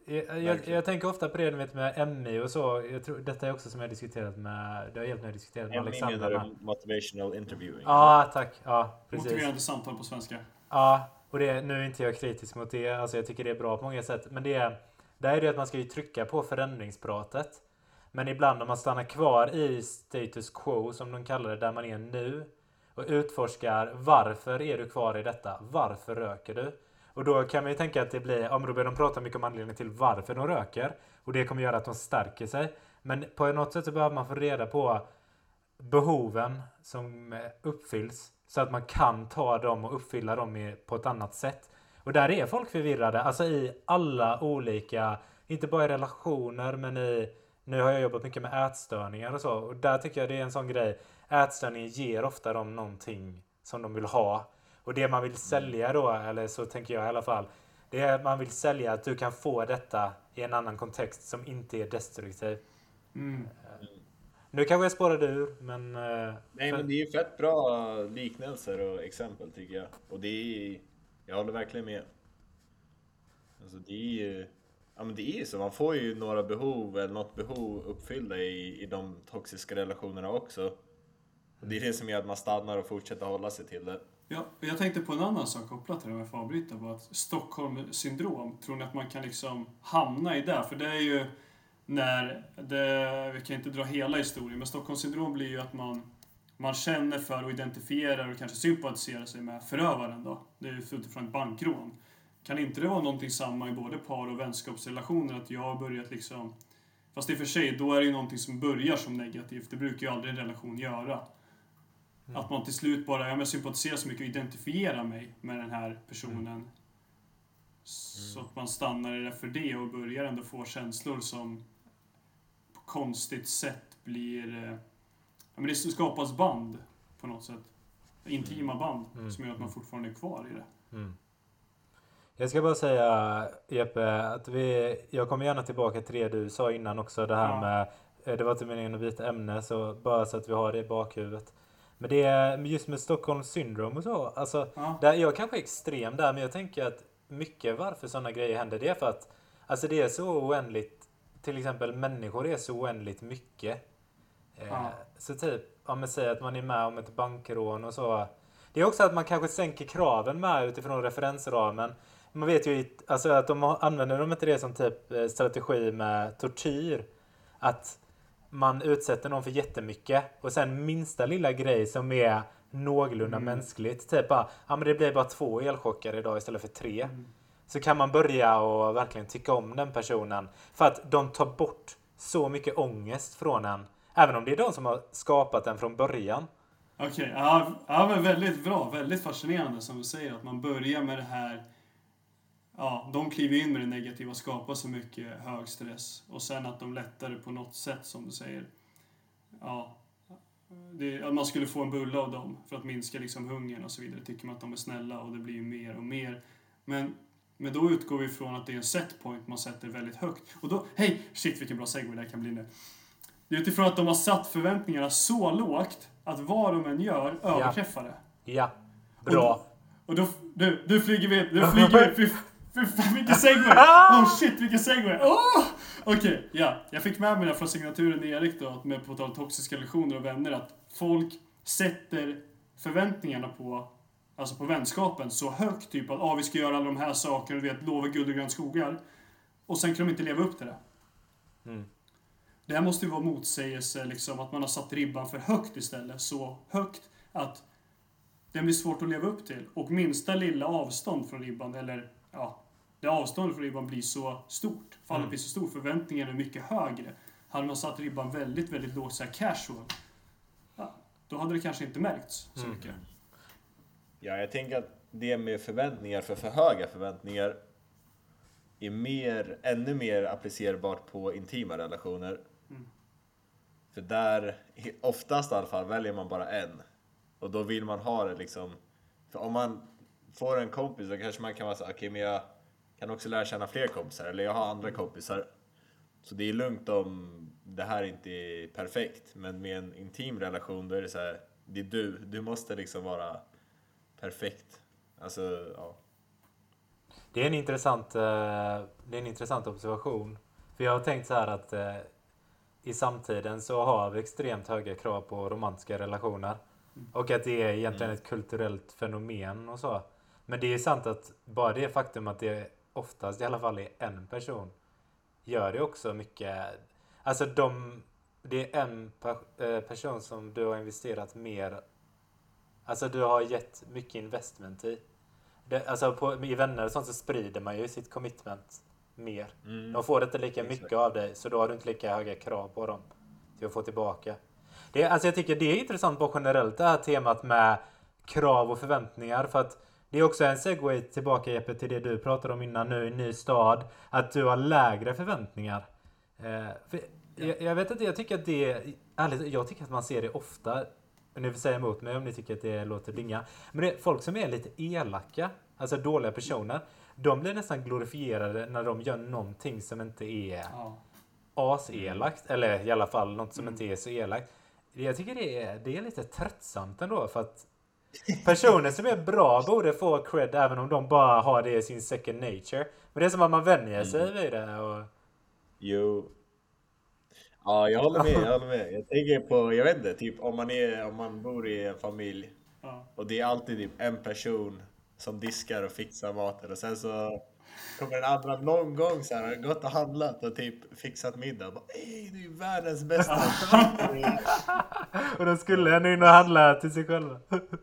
Speaker 3: Jag, jag, jag tänker ofta på det vet, med M I och så. Jag tror, detta är också som jag har diskuterat med, det har hjälpt mig att diskutera med Alexander.
Speaker 2: M I menar motivational interviewing.
Speaker 3: Ja, ah, tack. Ja, precis.
Speaker 1: Motiverande samtal på svenska.
Speaker 3: Ja, och det, nu är inte jag kritisk mot det. Alltså jag tycker det är bra på många sätt. Men det är, där är det att man ska ju trycka på förändringspratet. Men ibland om man stannar kvar i status quo, som de kallar det, där man är nu. Och utforskar varför är du kvar i detta? Varför röker du? Och då kan man ju tänka att det blir, ja men då börjar de prata mycket om anledningen till varför de röker. Och det kommer göra att de stärker sig. Men på något sätt så behöver man få reda på behoven som uppfylls. Så att man kan ta dem och uppfylla dem på ett annat sätt. Och där är folk förvirrade. Alltså i alla olika, inte bara i relationer men i, nu har jag jobbat mycket med ätstörningar och så. Och där tycker jag det är en sån grej. Ätstörningen ger ofta dem någonting som de vill ha. Och det man vill sälja då, eller så tänker jag i alla fall, det är att man vill sälja att du kan få detta i en annan kontext som inte är destruktiv.
Speaker 1: Mm.
Speaker 3: Nu kanske jag spårade ur, men...
Speaker 2: Nej, men det är ju fett bra liknelser och exempel tycker jag. Och det är, jag håller verkligen med. Alltså det är ju, ja men det är så, man får ju några behov eller något behov uppfyllda i, i de toxiska relationerna också. Och det är det som gör att man stannar och fortsätter hålla sig till det.
Speaker 1: Ja, jag tänkte på en annan sak kopplat till det med avbryta, var att Stockholm-syndrom, tror ni att man kan liksom hamna i det? För det är ju när, det, vi kan inte dra hela historien, men Stockholm-syndrom blir ju att man, man känner för och identifierar och kanske sympatiserar sig med förövaren då. Det är ju utifrån ett bankrån. Kan inte det vara någonting samma i både par- och vänskapsrelationer, att jag har börjat liksom, fast i och för sig, då är det ju någonting som börjar som negativt, det brukar ju aldrig en relation göra. Mm. Att man till slut bara, ja, men sympatiserar så mycket och identifierar mig med den här personen. Mm. Så att man stannar i det för det och börjar ändå få känslor som på konstigt sätt blir, ja men det skapas band på något sätt. Intima band mm. som gör att man fortfarande är kvar i det.
Speaker 3: Mm. Jag ska bara säga, Jeppe, att vi, jag kommer gärna tillbaka till det du sa innan också, det här ja. med, det var inte meningen att byta ämne, så bara så att vi har det i bakhuvudet. Men det är just med Stockholms syndrom och så, alltså, ja. där, jag kanske är extrem där, men jag tänker att mycket varför sådana grejer händer, det är för att alltså det är så oändligt, till exempel människor är så oändligt mycket. Ja. Eh, så typ, om man säger att man är med om ett bankrån och så, det är också att man kanske sänker kraven med utifrån referensramen. Man vet ju alltså att de använder de inte det som typ strategi med tortyr, att man utsätter någon för jättemycket och sen minsta lilla grej som är någorlunda mm. mänskligt, typ bara, ja men det blir bara två elchockar idag istället för tre. Mm. Så kan man börja och verkligen tycka om den personen för att de tar bort så mycket ångest från en, även om det är de som har skapat den från början.
Speaker 1: Okej, okay, ja, ja men väldigt bra, väldigt fascinerande som du säger, att man börjar med det här. Ja, de kliver in med det negativa och skapar så mycket hög stress. Och sen att de lättare på något sätt, som du säger. Ja, det, att man skulle få en bulle av dem för att minska liksom hungern och så vidare. Tycker man att de är snälla och det blir mer och mer. Men, men då utgår vi ifrån att det är en setpoint man sätter väldigt högt. Och då, hej, shit vilken bra segway det här kan bli nu. Det är utifrån att de har satt förväntningarna så lågt att vad de än gör överträffar det.
Speaker 3: Ja, bra.
Speaker 1: Och då, och då du, du flyger vid, du flyger vid. Fy fan, vilken segway! Oh shit, vilken segway! Oh! Okej, okay, ja. Jag fick med mig det från signaturen Erik då, att med på tal toxiska relationer och vänner, att folk sätter förväntningarna på, alltså på vänskapen så högt, typ att ah, vi ska göra alla de här sakerna, du vet, lova guld och gröna skogar. Och sen kan de inte leva upp till det. Mm. Det här måste ju vara motsägelse, liksom, att man har satt ribban för högt istället. Så högt att den blir svårt att leva upp till. Och minsta lilla avstånd från ribban, eller ja, det avståndet från ribban blir så stort. Fallet mm. blir så stor, förväntningen är mycket högre. Hade man satt ribban väldigt, väldigt lågt, så här casual, ja, då hade det kanske inte märkts så mm. mycket.
Speaker 2: Ja, jag tänker att det med förväntningar, för för höga förväntningar, är mer, ännu mer applicerbart på intima relationer. Mm. För där, oftast i alla fall, väljer man bara en. Och då vill man ha det liksom, för om man får en kompis, då kanske man kan vara så okej, okay, men jag kan också lära känna fler kompisar, eller jag har andra kompisar. Så det är lugnt om det här inte är perfekt, men med en intim relation då är det så här, det är du, du måste liksom vara perfekt. Alltså, ja.
Speaker 3: det är en intressant, det är en intressant observation. För jag har tänkt så här att i samtiden så har vi extremt höga krav på romantiska relationer. Och att det är egentligen ett kulturellt fenomen och så. Men det är sant att bara det faktum att det oftast i alla fall är en person gör det också mycket. Alltså de, det är en person som du har investerat mer. Alltså du har gett mycket investment i. Det, alltså på, i vänner och sånt så sprider man ju sitt commitment mer. Mm. De får inte lika mycket av dig, så då har du inte lika höga krav på dem till att få tillbaka. Det, alltså jag tycker det är intressant på generellt det här temat med krav och förväntningar, för att det är också en segway tillbaka, Jeppe, till det du pratade om innan nu i ny stad, att du har lägre förväntningar. Eh, för jag, jag vet inte, jag tycker att det ärligt, jag tycker att man ser det ofta. Ni får säga emot mig om ni tycker att det låter dinga. Men det är folk som är lite elaka, alltså dåliga personer, de blir nästan glorifierade när de gör någonting som inte är ja. aselakt. Eller i alla fall något som mm. inte är så elakt. Jag tycker det är, det är lite tröttsamt ändå, för att personer som är bra borde få cred även om de bara har det i sin second nature. Men det är som att man vänjer sig mm. vid det. Och...
Speaker 2: Jo. Ja, jag håller med, jag håller med. Jag tänker på, jag vet inte, typ om man, är, om man bor i en familj ja. och det är alltid typ en person som diskar och fixar maten, och sen så kommer den andra någon gång så här, gått och handlat och typ fixat middag och bara, ej, du är världens bästa.
Speaker 3: Och då skulle jag in och handla till sig själva.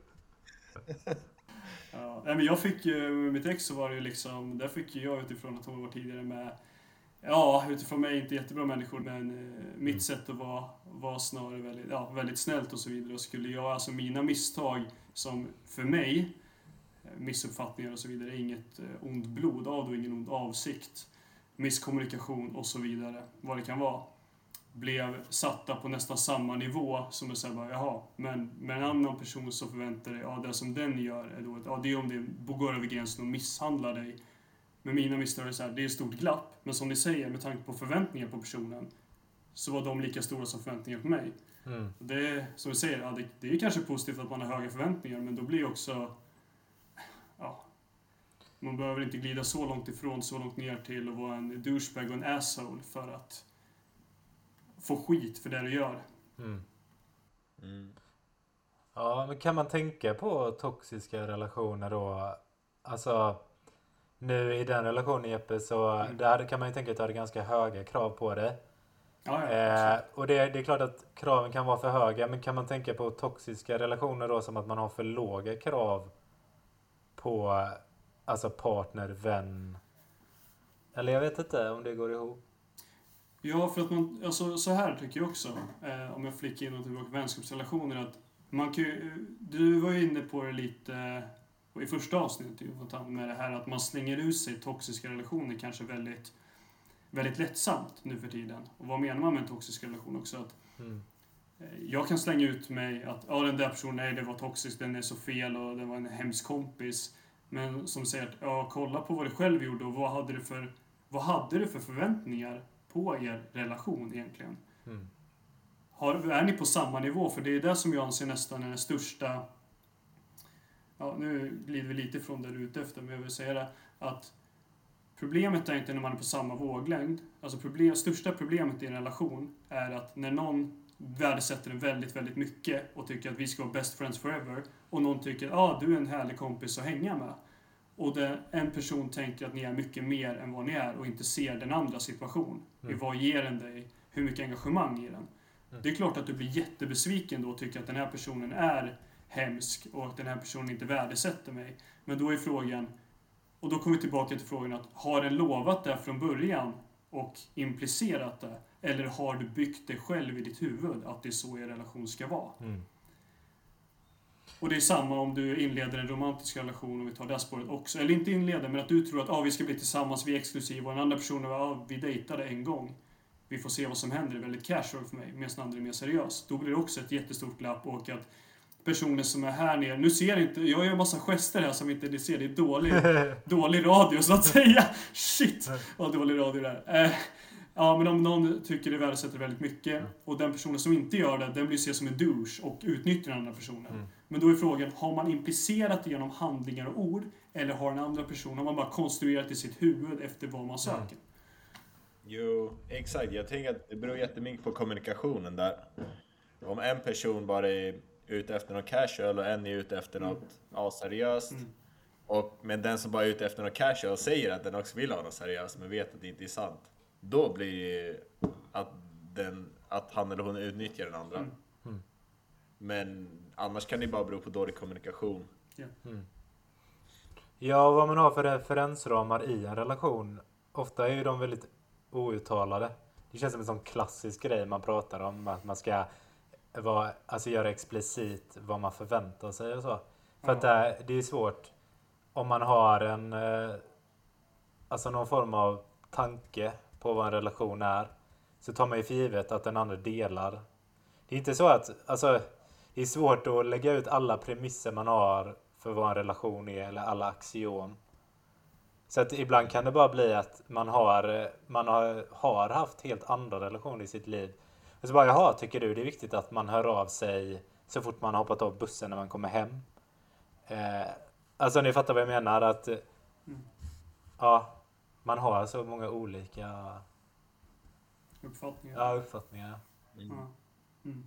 Speaker 1: Ja, men jag fick ju, med mitt ex så var det ju liksom, där fick jag utifrån att hon var tidigare med, ja, utifrån mig inte jättebra människor, men eh, mitt mm. sätt att vara, var snarare väldigt, ja, väldigt snällt och så vidare. Och skulle jag, alltså mina misstag som för mig, missuppfattningar och så vidare, inget ont blod av och ingen ond avsikt, misskommunikation och så vidare, vad det kan vara, blev satta på nästan samma nivå som att säga bara, jaha, men med en annan person så förväntar dig, ja, det som den gör är då, ja, det är om det går över gränsen och misshandlar dig. Med mina misstag är så här, det är ett stort glapp, men som ni säger, med tanke på förväntningar på personen så var de lika stora som förväntningar på mig. Mm. Det är, som vi säger, ja, det, det är kanske positivt att man har höga förväntningar, men då blir också, ja, man behöver inte glida så långt ifrån, så långt ner till att vara en douchebag och en asshole för att få skit för det du gör. Mm.
Speaker 3: Mm. Ja, men kan man tänka på toxiska relationer då? Alltså, nu i den relationen, Jeppe, så mm. där kan man ju tänka att du hade ganska höga krav på det.
Speaker 1: Ja, ja,
Speaker 3: eh, och det, det är klart att kraven kan vara för höga, men kan man tänka på toxiska relationer då som att man har för låga krav på, alltså partner, vän? Eller jag vet inte om det går ihop.
Speaker 1: Ja, för att man, alltså så här tycker jag också, eh, om jag flickar in något tillbaka vänskapsrelationer, att man kan ju, du var ju inne på det lite i första avsnittet med det här att man slänger ut sig toxiska relationer kanske väldigt, väldigt lättsamt nu för tiden. Och vad menar man med en toxisk relation också? Att mm. jag kan slänga ut mig att ja, den där personen, nej, det var toxisk, den är så fel och det var en hemsk kompis. Men som säger att ja, kolla på vad du själv gjorde och vad hade du för, vad hade du för förväntningar på er relation egentligen? Mm. Har, är ni på samma nivå? För det är det som jag anser nästan är den största... Ja, nu glider vi lite från det du är ute efter, men jag vill säga det, att problemet är inte när man är på samma våglängd. Alltså problem, största problemet i en relation är att när någon värdesätter den väldigt, väldigt mycket och tycker att vi ska vara best friends forever, och någon tycker att ah, du är en härlig kompis att hänga med. Och det, en person tänker att ni är mycket mer än vad ni är och inte ser den andra situation. Mm. Vad ger den dig? Hur mycket engagemang ger den? Mm. Det är klart att du blir jättebesviken då och tycker att den här personen är hemsk och att den här personen inte värdesätter mig. Men då är frågan, och då kommer vi tillbaka till frågan att har den lovat det från början och implicerat det, eller har du byggt det själv i ditt huvud att det är så er relation ska vara? Mm. Och det är samma om du inleder en romantisk relation, och vi tar det spåret också. Eller inte inleder, men att du tror att ah, vi ska bli tillsammans, vi är exklusiva. Och den andra personen var, ah, vi dejtade en gång. Vi får se vad som händer, det är väldigt casual för mig. Medan den andra är mer seriös. Då blir det också ett jättestort glapp, och att personer som är här nere, nu ser inte, jag gör en massa gester här som inte ni ser, det är dålig, dålig radio så att säga. Shit, vad dålig radio där. Eh, ja, men om någon tycker det värdesätter väldigt mycket, och den personen som inte gör det, den blir ses som en douche och utnyttjar den andra personen. Mm. Men då är frågan, har man implicerat det genom handlingar och ord, eller har den andra personen, har man bara konstruerat i sitt huvud efter vad man söker? Mm.
Speaker 2: Jo, exakt. Jag tänker att det beror jättemycket på kommunikationen där. Om en person bara är ute efter något casual och en är ute efter något mm. ja, seriöst. Mm. Och, men den som bara är ute efter något casual säger att den också vill ha något seriöst men vet att det inte är sant. Då blir det att, den, att han eller hon utnyttjar den andra. Mm. Mm. Men annars kan det bara bero på dålig kommunikation.
Speaker 1: Yeah. Mm.
Speaker 3: Ja, vad man har för referensramar i en relation. Ofta är ju de väldigt outtalade. Det känns som en sån klassisk grej man pratar om. Att man ska vara, alltså göra explicit vad man förväntar sig och så. För mm. att det, det är svårt om man har en alltså någon form av tanke på vad en relation är. Så tar man ju för givet att den andra delar. Det är inte så att, alltså det är svårt att lägga ut alla premisser man har för vad en relation är eller alla axiom. Så att ibland kan det bara bli att man har, man har, har haft helt andra relationer i sitt liv. Och så bara, jaha, tycker du det är viktigt att man hör av sig så fort man har hoppat av bussen när man kommer hem? Eh, alltså ni fattar vad jag menar, att mm. ja, man har så många olika
Speaker 1: uppfattningar.
Speaker 3: Ja, uppfattningar.
Speaker 2: Mm. Mm.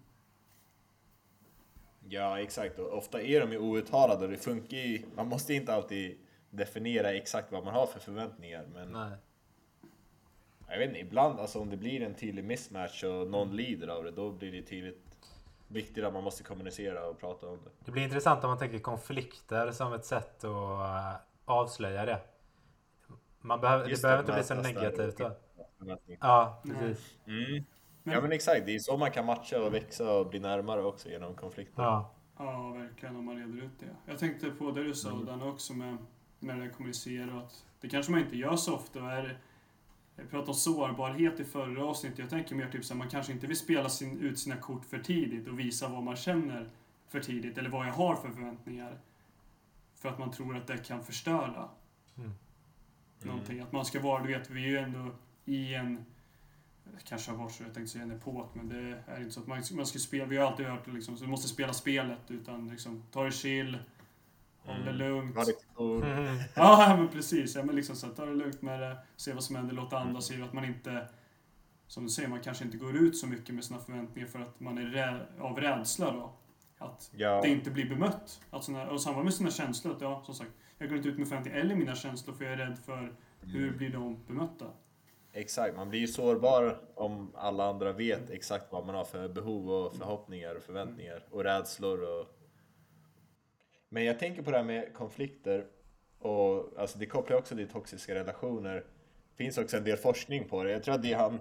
Speaker 2: Ja, exakt. Och ofta är de ju outtalade och det funkar ju, man måste inte alltid definiera exakt vad man har för förväntningar, men
Speaker 3: nej.
Speaker 2: Jag vet inte, ibland alltså om det blir en tydlig mismatch och någon lider av det, då blir det tydligt viktigt att man måste kommunicera och prata om det.
Speaker 3: Det blir intressant om man tänker konflikter som ett sätt att avslöja det. Man behöver, det behöver inte bli så negativt då. Ja, precis.
Speaker 2: Mm. Ja men exakt, det är så man kan matcha och växa och bli närmare också genom konflikter.
Speaker 3: Ja,
Speaker 1: ja verkligen, om man reder ut det. Jag tänkte på det du sa, mm. den också med, med det kommunicera, att det kanske man inte gör så ofta. Är, jag pratade om sårbarhet i förra avsnittet. Jag tänker mer typ så att man kanske inte vill spela sin, ut sina kort för tidigt och visa vad man känner för tidigt eller vad jag har för förväntningar. För att man tror att det kan förstöra
Speaker 3: mm.
Speaker 1: någonting. Att man ska vara, du vet, vi är ju ändå i en, kanske har varit så jag tänkte säga en epok, men det är inte så att man, man ska spela, vi har alltid hört det liksom, så du måste spela spelet utan liksom, ta det chill, håll det lugnt.
Speaker 2: Var det cool.
Speaker 1: Mm. Ja, men precis. Ja, men liksom så ta det lugnt med det, se vad som händer, låta andra se att man inte, som du säger, man kanske inte går ut så mycket med sina förväntningar för att man är rä- av rädsla då. Att
Speaker 2: ja.
Speaker 1: det inte blir bemött. Alltså, och samma med sina känslor, att, ja, som sagt, jag går inte ut med förväntningar eller mina känslor för jag är rädd för hur blir de bemötta.
Speaker 2: Exakt, man blir ju sårbar om alla andra vet exakt vad man har för behov och förhoppningar och förväntningar och rädslor och... Men jag tänker på det här med konflikter och alltså det kopplar också till toxiska relationer. Det finns också en del forskning på det. Jag tror att det är han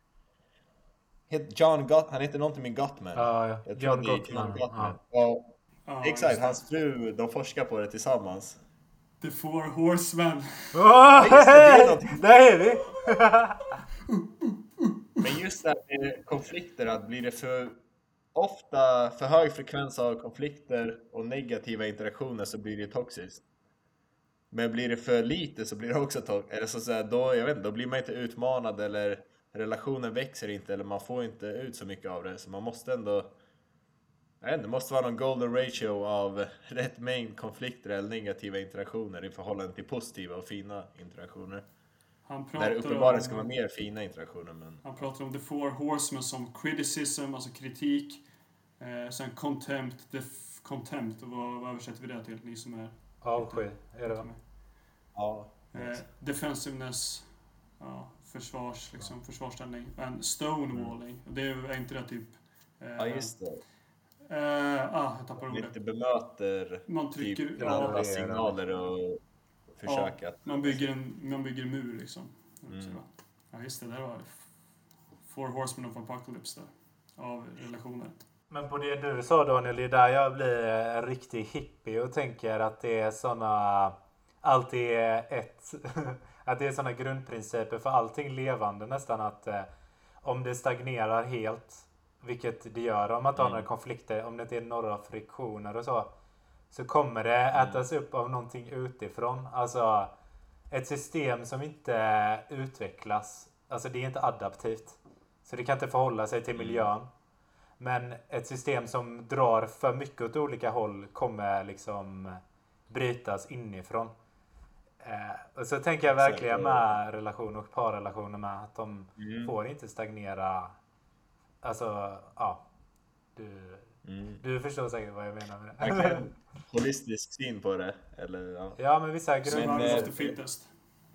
Speaker 2: John Got, han heter någonting med Gottman.
Speaker 3: Ja, ja.
Speaker 2: Jag
Speaker 3: John Gottman.
Speaker 2: John Gottman.
Speaker 3: Ja.
Speaker 2: Och,
Speaker 1: Ja,
Speaker 2: exakt, hans fru, de forskar på det tillsammans.
Speaker 1: The Four Horsemen.
Speaker 3: Oh,
Speaker 2: just det, det är något.
Speaker 3: Där är vi.
Speaker 2: Men just det här med konflikter, att blir det för ofta för hög frekvens av konflikter och negativa interaktioner så blir det toxiskt. Men blir det för lite så blir det också toxiskt. Eller så, så här, då, jag vet inte, då blir man inte utmanad eller relationen växer inte eller man får inte ut så mycket av det. Så man måste ändå, jag vet inte, det måste vara någon golden ratio av rätt mängd konflikter eller negativa interaktioner i förhållande till positiva och fina interaktioner.
Speaker 1: Han pratar
Speaker 2: där uppenbarligen
Speaker 1: om,
Speaker 2: ska vara mer fina interaktioner. Men...
Speaker 1: Han pratar om the four horsemen som criticism, alltså kritik. Eh, sen contempt, def, contempt. Och vad, vad översätter vi det till? Ni som är...
Speaker 3: Avsky, är det va?
Speaker 2: Ja.
Speaker 1: Eh, defensiveness, ja, försvars, liksom, ja. försvarsställning. Men stonewalling, mm. det är inte det typ... Eh,
Speaker 2: ja, just det.
Speaker 1: Eh, ah, jag tappar ordet.
Speaker 2: Inte bemöter
Speaker 1: man trycker,
Speaker 2: typ ja, signaler och försöka.
Speaker 1: Ja, man bygger en, man bygger en mur liksom.
Speaker 2: Mm.
Speaker 1: Ja, just det, där var Four Horsemen of Apocalypse där, av relationer.
Speaker 3: Men på det du sa Daniel, det är där jag blir en riktig hippie och tänker att det är såna, alltid ett, att det är såna grundprinciper för allting levande nästan, att eh, om det stagnerar helt, vilket det gör om man inte har några konflikter, om det inte är några friktioner och så, så kommer det ätas upp av någonting utifrån. Alltså ett system som inte utvecklas, alltså det är inte adaptivt. Så det kan inte förhålla sig till miljön. Men ett system som drar för mycket åt olika håll kommer liksom brytas inifrån. Eh, och så tänker jag verkligen med relationer och parrelationer med att de mm. får inte stagnera. Alltså, ja. Du, mm. du förstår säkert vad jag menar med det.
Speaker 2: Okay. Holistisk syn på det. Eller, ja.
Speaker 3: ja, men vissa grunder.
Speaker 1: Survival of the fittest.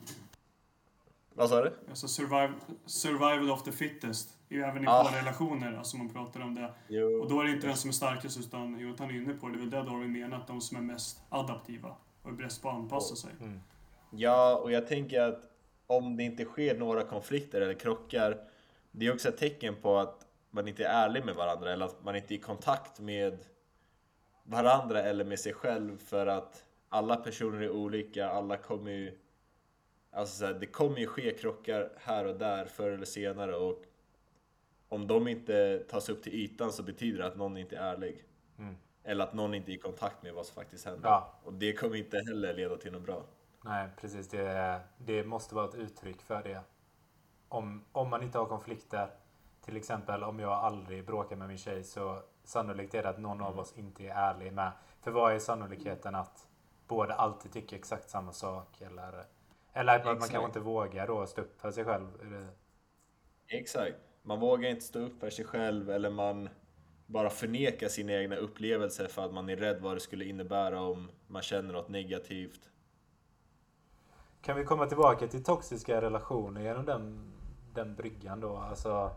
Speaker 2: Vad sa du?
Speaker 1: Alltså survival, survival of the fittest. Även i
Speaker 2: ah.
Speaker 1: parrelationer, alltså man pratar om det.
Speaker 2: Jo.
Speaker 1: Och då är det inte den som är starkast, utan Jonathan är inne på det. Det är väl det Darwin menar, att de som är mest adaptiva och är bäst på att anpassa sig.
Speaker 3: Mm.
Speaker 2: Ja, och jag tänker att om det inte sker några konflikter eller krockar, det är också ett tecken på att man inte är ärlig med varandra, eller att man inte är i kontakt med varandra eller med sig själv, för att alla personer är olika, alla kommer ju, alltså så här, det kommer ju ske krockar här och där förr eller senare, och om de inte tas upp till ytan så betyder det att någon inte är ärlig.
Speaker 3: Mm.
Speaker 2: Eller att någon inte är i kontakt med vad som faktiskt händer.
Speaker 3: Ja.
Speaker 2: Och det kommer inte heller leda till något bra.
Speaker 3: Nej, precis. Det, det måste vara ett uttryck för det. Om, om man inte har konflikter, till exempel om jag aldrig bråkar med min tjej, så sannolikt är det att någon av oss inte är ärlig med. För vad är sannolikheten att båda alltid tycker exakt samma sak? Eller, eller att man, man kanske inte vågar då stå upp för sig själv.
Speaker 2: Exakt. Man vågar inte stå upp för sig själv, eller man bara förnekar sina egna upplevelser för att man är rädd vad det skulle innebära om man känner något negativt.
Speaker 3: Kan vi komma tillbaka till toxiska relationer genom den, den bryggan då? Alltså,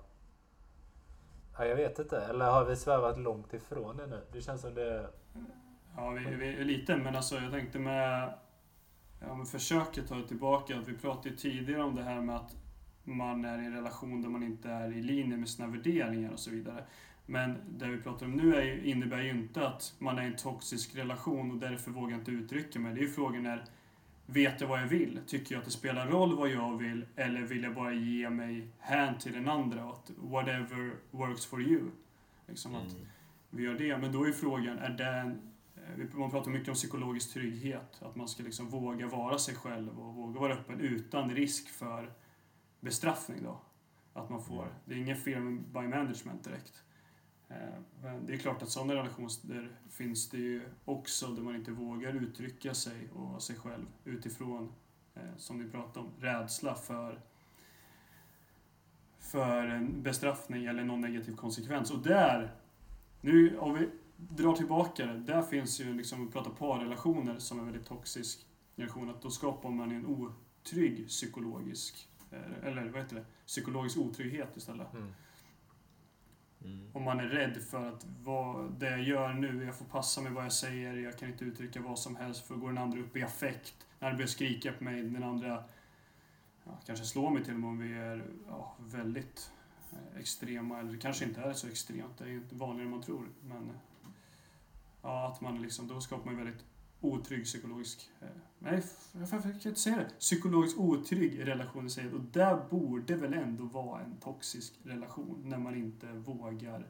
Speaker 3: ja, jag vet inte. Eller har vi svävat långt ifrån det nu? Det känns som det...
Speaker 1: Ja, vi, vi är lite, men alltså jag tänkte med, ja, med försöket ta tillbaka att vi pratade ju tidigare om det här med att man är i en relation där man inte är i linje med sina värderingar och så vidare. Men det vi pratar om nu är, innebär ju inte att man är i en toxisk relation och därför vågar jag inte uttrycka mig. Det är ju frågan är, vet jag vad jag vill? Tycker jag att det spelar roll vad jag vill? Eller vill jag bara ge mig hän till den andra? Att whatever works for you. Liksom att mm. vi gör det. Men då är frågan, är det en, man pratar mycket om psykologisk trygghet. Att man ska liksom våga vara sig själv och våga vara öppen utan risk för bestraffning då. Att man får, det är ingen fear by management direkt. Men det är klart att sådana relationer finns det ju också där man inte vågar uttrycka sig och sig själv utifrån, som vi pratade om, rädsla för för en bestraffning eller någon negativ konsekvens. Och där, nu om vi drar tillbaka det, där finns ju liksom, vi pratar parrelationer som är väldigt toxisk relation, att då skapar man en otrygg psykologisk, eller vad heter det, psykologisk otrygghet istället. Mm. Mm. Om man är rädd för att vad det jag gör nu, jag får passa med vad jag säger, jag kan inte uttrycka vad som helst, för går den andra upp i affekt, när den börjar skrika på mig, den andra ja, kanske slår mig till och med om vi är ja, väldigt eh, extrema, eller det kanske inte är så extremt, det är inte vanligare än man tror, men ja, att man liksom, då skapar man väldigt otrygg psykologisk, eh, nej, jag kan inte säga det, psykologiskt otrygg relation, säger, och där borde väl ändå vara en toxisk relation när man inte vågar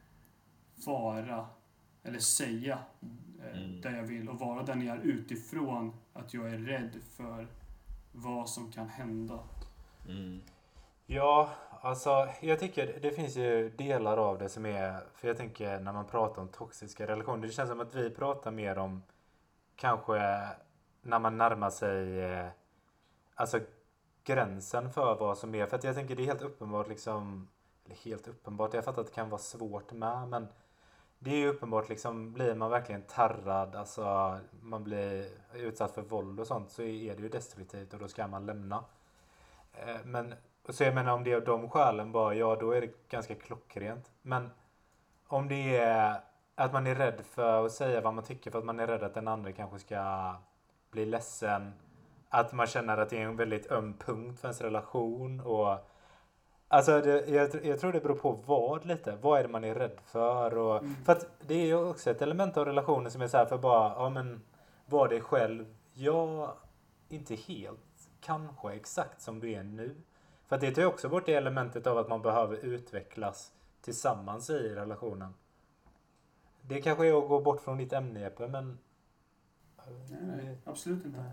Speaker 1: vara eller säga eh, mm. där jag vill och vara den jag är utifrån att jag är rädd för vad som kan hända.
Speaker 2: Mm.
Speaker 3: Ja, alltså jag tycker det finns ju delar av det som är, för jag tänker när man pratar om toxiska relationer, det känns som att vi pratar mer om kanske när man närmar sig eh, alltså gränsen för vad som är, för att jag tänker det är helt uppenbart liksom, eller helt uppenbart, jag fattar att det kan vara svårt med, men det är ju uppenbart liksom, blir man verkligen tarrad, alltså man blir utsatt för våld och sånt, så är det ju destruktivt och då ska man lämna. Eh, men så jag menar om det är de skälen bara, ja då är det ganska klockrent, men om det är att man är rädd för att säga vad man tycker för att man är rädd att den andra kanske ska bli ledsen. Att man känner att det är en väldigt öm punkt för ens relation. Och, alltså det, jag, jag tror det beror på vad lite. Vad är det man är rädd för? Och, mm. För att det är ju också ett element av relationen som är så här för bara, ja men var dig själv. Ja, inte helt. Kanske exakt som du är nu. För att det tar ju också bort det elementet av att man behöver utvecklas tillsammans i relationen. Det kanske är att gå bort från ditt ämne, Jeppe, men...
Speaker 1: Nej, nej, absolut inte.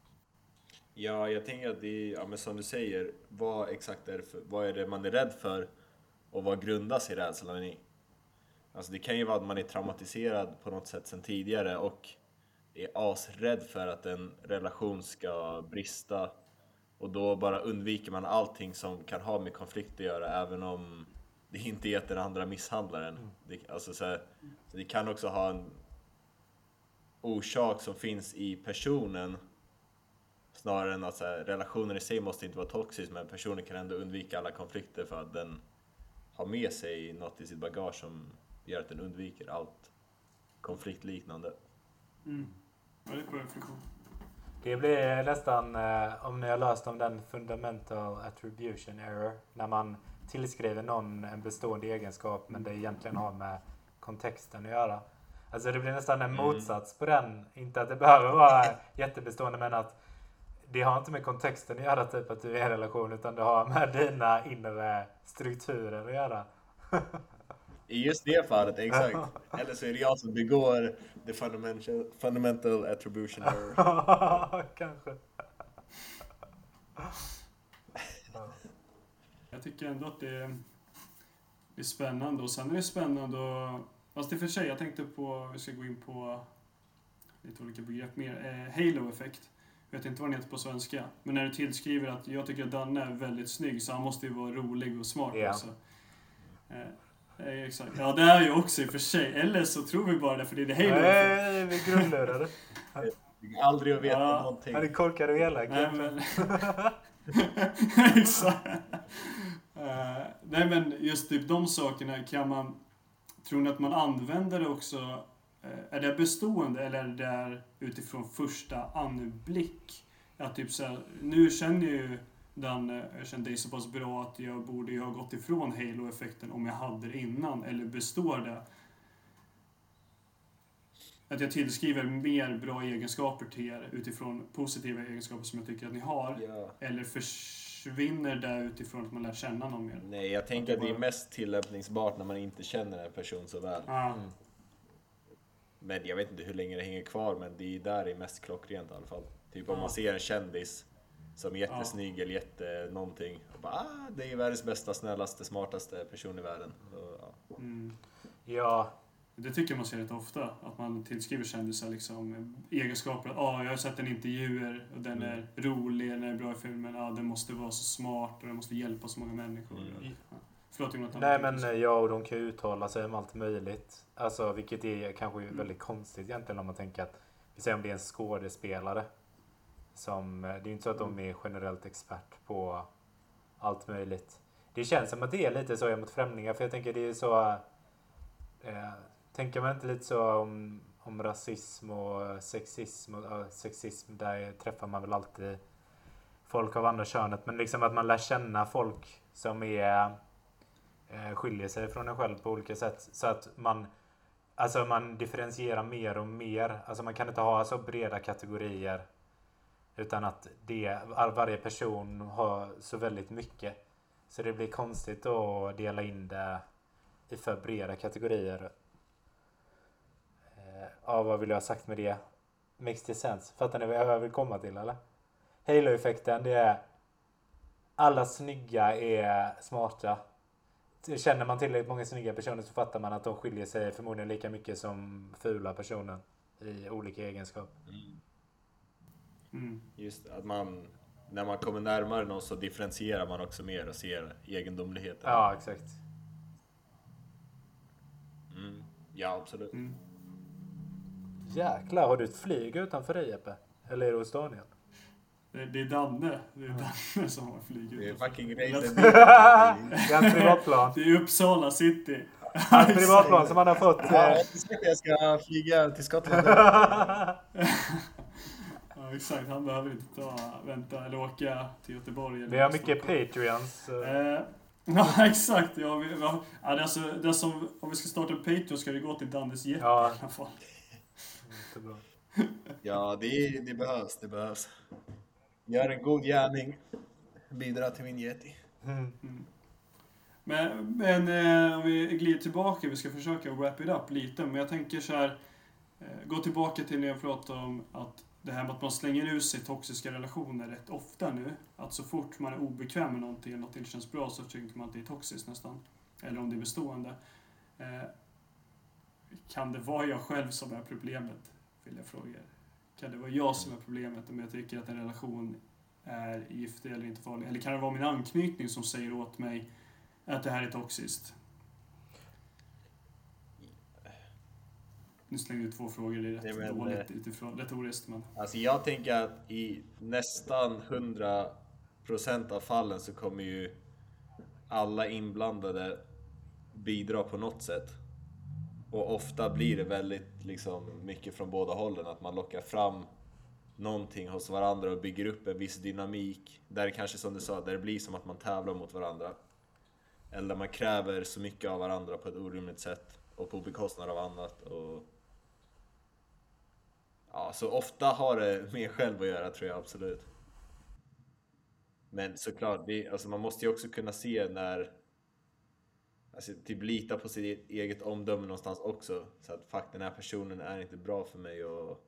Speaker 2: Ja, jag tänker att det är, ja, men som du säger, vad exakt är det för, vad är det man är rädd för och vad grundas i rädslan i? Alltså det kan ju vara att man är traumatiserad på något sätt sedan tidigare och är asrädd för att en relation ska brista. Och då bara undviker man allting som kan ha med konflikt att göra, även om det inte är att den andra misshandlar en. Mm. Det, alltså så, här, så det kan också ha en orsak som finns i personen, snarare än att så här, relationen i sig måste inte vara toxisk, men personen kan ändå undvika alla konflikter för att den har med sig något i sitt bagage som gör att den undviker allt konfliktliknande.
Speaker 1: Mm. Ja, det är bra reflektion.
Speaker 3: Det blir nästan, eh, om ni har läst om den fundamental attribution error, när man tillskriver någon en bestående egenskap men det egentligen har med kontexten att göra. Alltså det blir nästan en motsats på den. Inte att det behöver vara jättebestående, men att det har inte med kontexten att göra, typ att du är i en relation, utan det har med dina inre strukturer att göra.
Speaker 2: I just det fallet, exakt. Eller så är det jag som begår the fundamental, fundamental attribution error.
Speaker 3: Kanske.
Speaker 1: Jag tycker ändå att det är, det är spännande. Och sen är det spännande och, fast i för sig, jag tänkte på, vi ska gå in på lite olika begrepp mer. Eh, Halo-effekt. Jag vet inte vad den heter på svenska. Men när du tillskriver att jag tycker att Danne är väldigt snygg, så han måste ju vara rolig och smart
Speaker 3: yeah.
Speaker 1: också. Eh, exakt. Ja, det är ju också i för sig. Eller så tror vi bara det, för det är det Halo-effekt.
Speaker 3: Nej, vi är grundlurade.
Speaker 2: Aldrig att veta
Speaker 1: ja.
Speaker 2: någonting.
Speaker 3: Han är korkad och elak.
Speaker 1: Nej, men... exakt. Uh, nej, men just typ de sakerna kan man... Tror ni att man använder det också? Uh, är det bestående eller är det där utifrån första anblick? Ja, typ så här, nu känner jag ju den, jag känner dig så pass bra att jag borde ju ha gått ifrån Halo-effekten om jag hade det innan. Eller består det? Att jag tillskriver mer bra egenskaper till er utifrån positiva egenskaper som jag tycker att ni har.
Speaker 2: Ja.
Speaker 1: Eller försvinner det utifrån att man lär känna någon mer?
Speaker 2: Nej, jag tänker att det är mest tillämpningsbart när man inte känner en person så väl.
Speaker 1: Ah.
Speaker 2: Mm. Men jag vet inte hur länge det hänger kvar, men det är där det är mest klockrent i alla fall. Typ om ah. man ser en kändis som är jättesnygg ah. eller jätte någonting. Och bara, ah, det är världens bästa, snällaste, smartaste person i världen. Och, ja.
Speaker 1: Mm.
Speaker 3: Ja.
Speaker 1: Det tycker man ser rätt ofta, att man tillskriver kändisar liksom egenskaper. Ja, ah, jag har sett en intervjuer och den är mm. rolig, den är bra i filmen. Ja, ah, den måste vara så smart och den måste hjälpa så många människor. Mm. Ja. Förlåt, Jonathan.
Speaker 3: Nej, men ja, och de kan ju uttala sig om allt möjligt. Alltså, vilket är kanske mm. väldigt konstigt egentligen om man tänker att, vi säger om det är en skådespelare. Som, det är ju inte så att de är generellt expert på allt möjligt. Det känns som att det är lite så mot främlingar, för jag tänker det är så... Eh, tänker man inte lite så om, om rasism och sexism och ja, sexism, där träffar man väl alltid folk av andra könet, men liksom att man lär känna folk som är eh, skiljer sig från en själv på olika sätt, så att man alltså man differentierar mer och mer. Alltså man kan inte ha så breda kategorier, utan att det, varje person har så väldigt mycket, så det blir konstigt att dela in det i för breda kategorier. Ja, vad vill jag ha sagt med det? Makes det sense. Fattar ni vad jag vill komma till, eller? Halo-effekten, det är alla snygga är smarta. Känner man tillräckligt många snygga personer så fattar man att de skiljer sig förmodligen lika mycket som fula personer i olika egenskaper.
Speaker 2: Mm.
Speaker 1: Mm.
Speaker 2: Just att man, när man kommer närmare någon så differentierar man också mer och ser egendomligheten.
Speaker 3: Ja, exakt.
Speaker 2: Mm. Ja, absolut.
Speaker 1: Mm.
Speaker 3: Jäklar, har du ett flyg utanför dig, Jeppe? Eller är det hos Daniel?
Speaker 1: Det, det är Danne. Det är Danne som har flyg utanför.
Speaker 2: Det är fucking grejen.
Speaker 3: Det är en privatplan.
Speaker 1: Det är Uppsala city.
Speaker 3: En privatplan som han har fått.
Speaker 2: Ja, jag ska flyga till Skottland.
Speaker 1: Ja, exakt. Han behöver inte ta, vänta eller åka till Göteborg. Eller
Speaker 3: vi har mycket Patreons.
Speaker 1: Eh, ja, exakt. Ja, vi, ja, det är alltså, det är som, om vi ska starta en Patreon ska det gå till Dannes Jeppe
Speaker 3: ja.
Speaker 1: i alla fall.
Speaker 3: Inte bra.
Speaker 2: Ja, det, det behövs. Det behövs. Gör en god gärning. Bidra till min Yeti.
Speaker 3: Mm.
Speaker 1: Mm. Men, men eh, om vi glider tillbaka, vi ska försöka wrap it up lite. Men jag tänker så här, eh, gå tillbaka till när jag pratade om att det här med att man slänger ut sig toxiska relationer rätt ofta nu. Att så fort man är obekväm med någonting eller något inte känns bra så tycker man att det är toxiskt nästan. Eller om det är bestående. Eh, kan det vara jag själv som är problemet? Vill jag fråga er. Kan det vara jag som är problemet om jag tycker att en relation är giftig eller inte farlig? Eller kan det vara min anknytning som säger åt mig att det här är toxiskt? Nu slänger du två frågor, det är rätt
Speaker 2: Nej, men,
Speaker 1: dåligt utifrån retoriskt. Men...
Speaker 2: Alltså jag tänker att i nästan hundra procent av fallen så kommer ju alla inblandade bidra på något sätt. Och ofta blir det väldigt liksom, mycket från båda hållen. Att man lockar fram någonting hos varandra och bygger upp en viss dynamik. Där kanske som du sa, där det blir som att man tävlar mot varandra. Eller man kräver så mycket av varandra på ett orimligt sätt. Och på bekostnad av annat. Och... Ja, så ofta har det med själv att göra, tror jag absolut. Men såklart, det, alltså man måste ju också kunna se när... Alltså typ lita på sitt eget omdöme någonstans också. Så att fuck, den här personen är inte bra för mig och...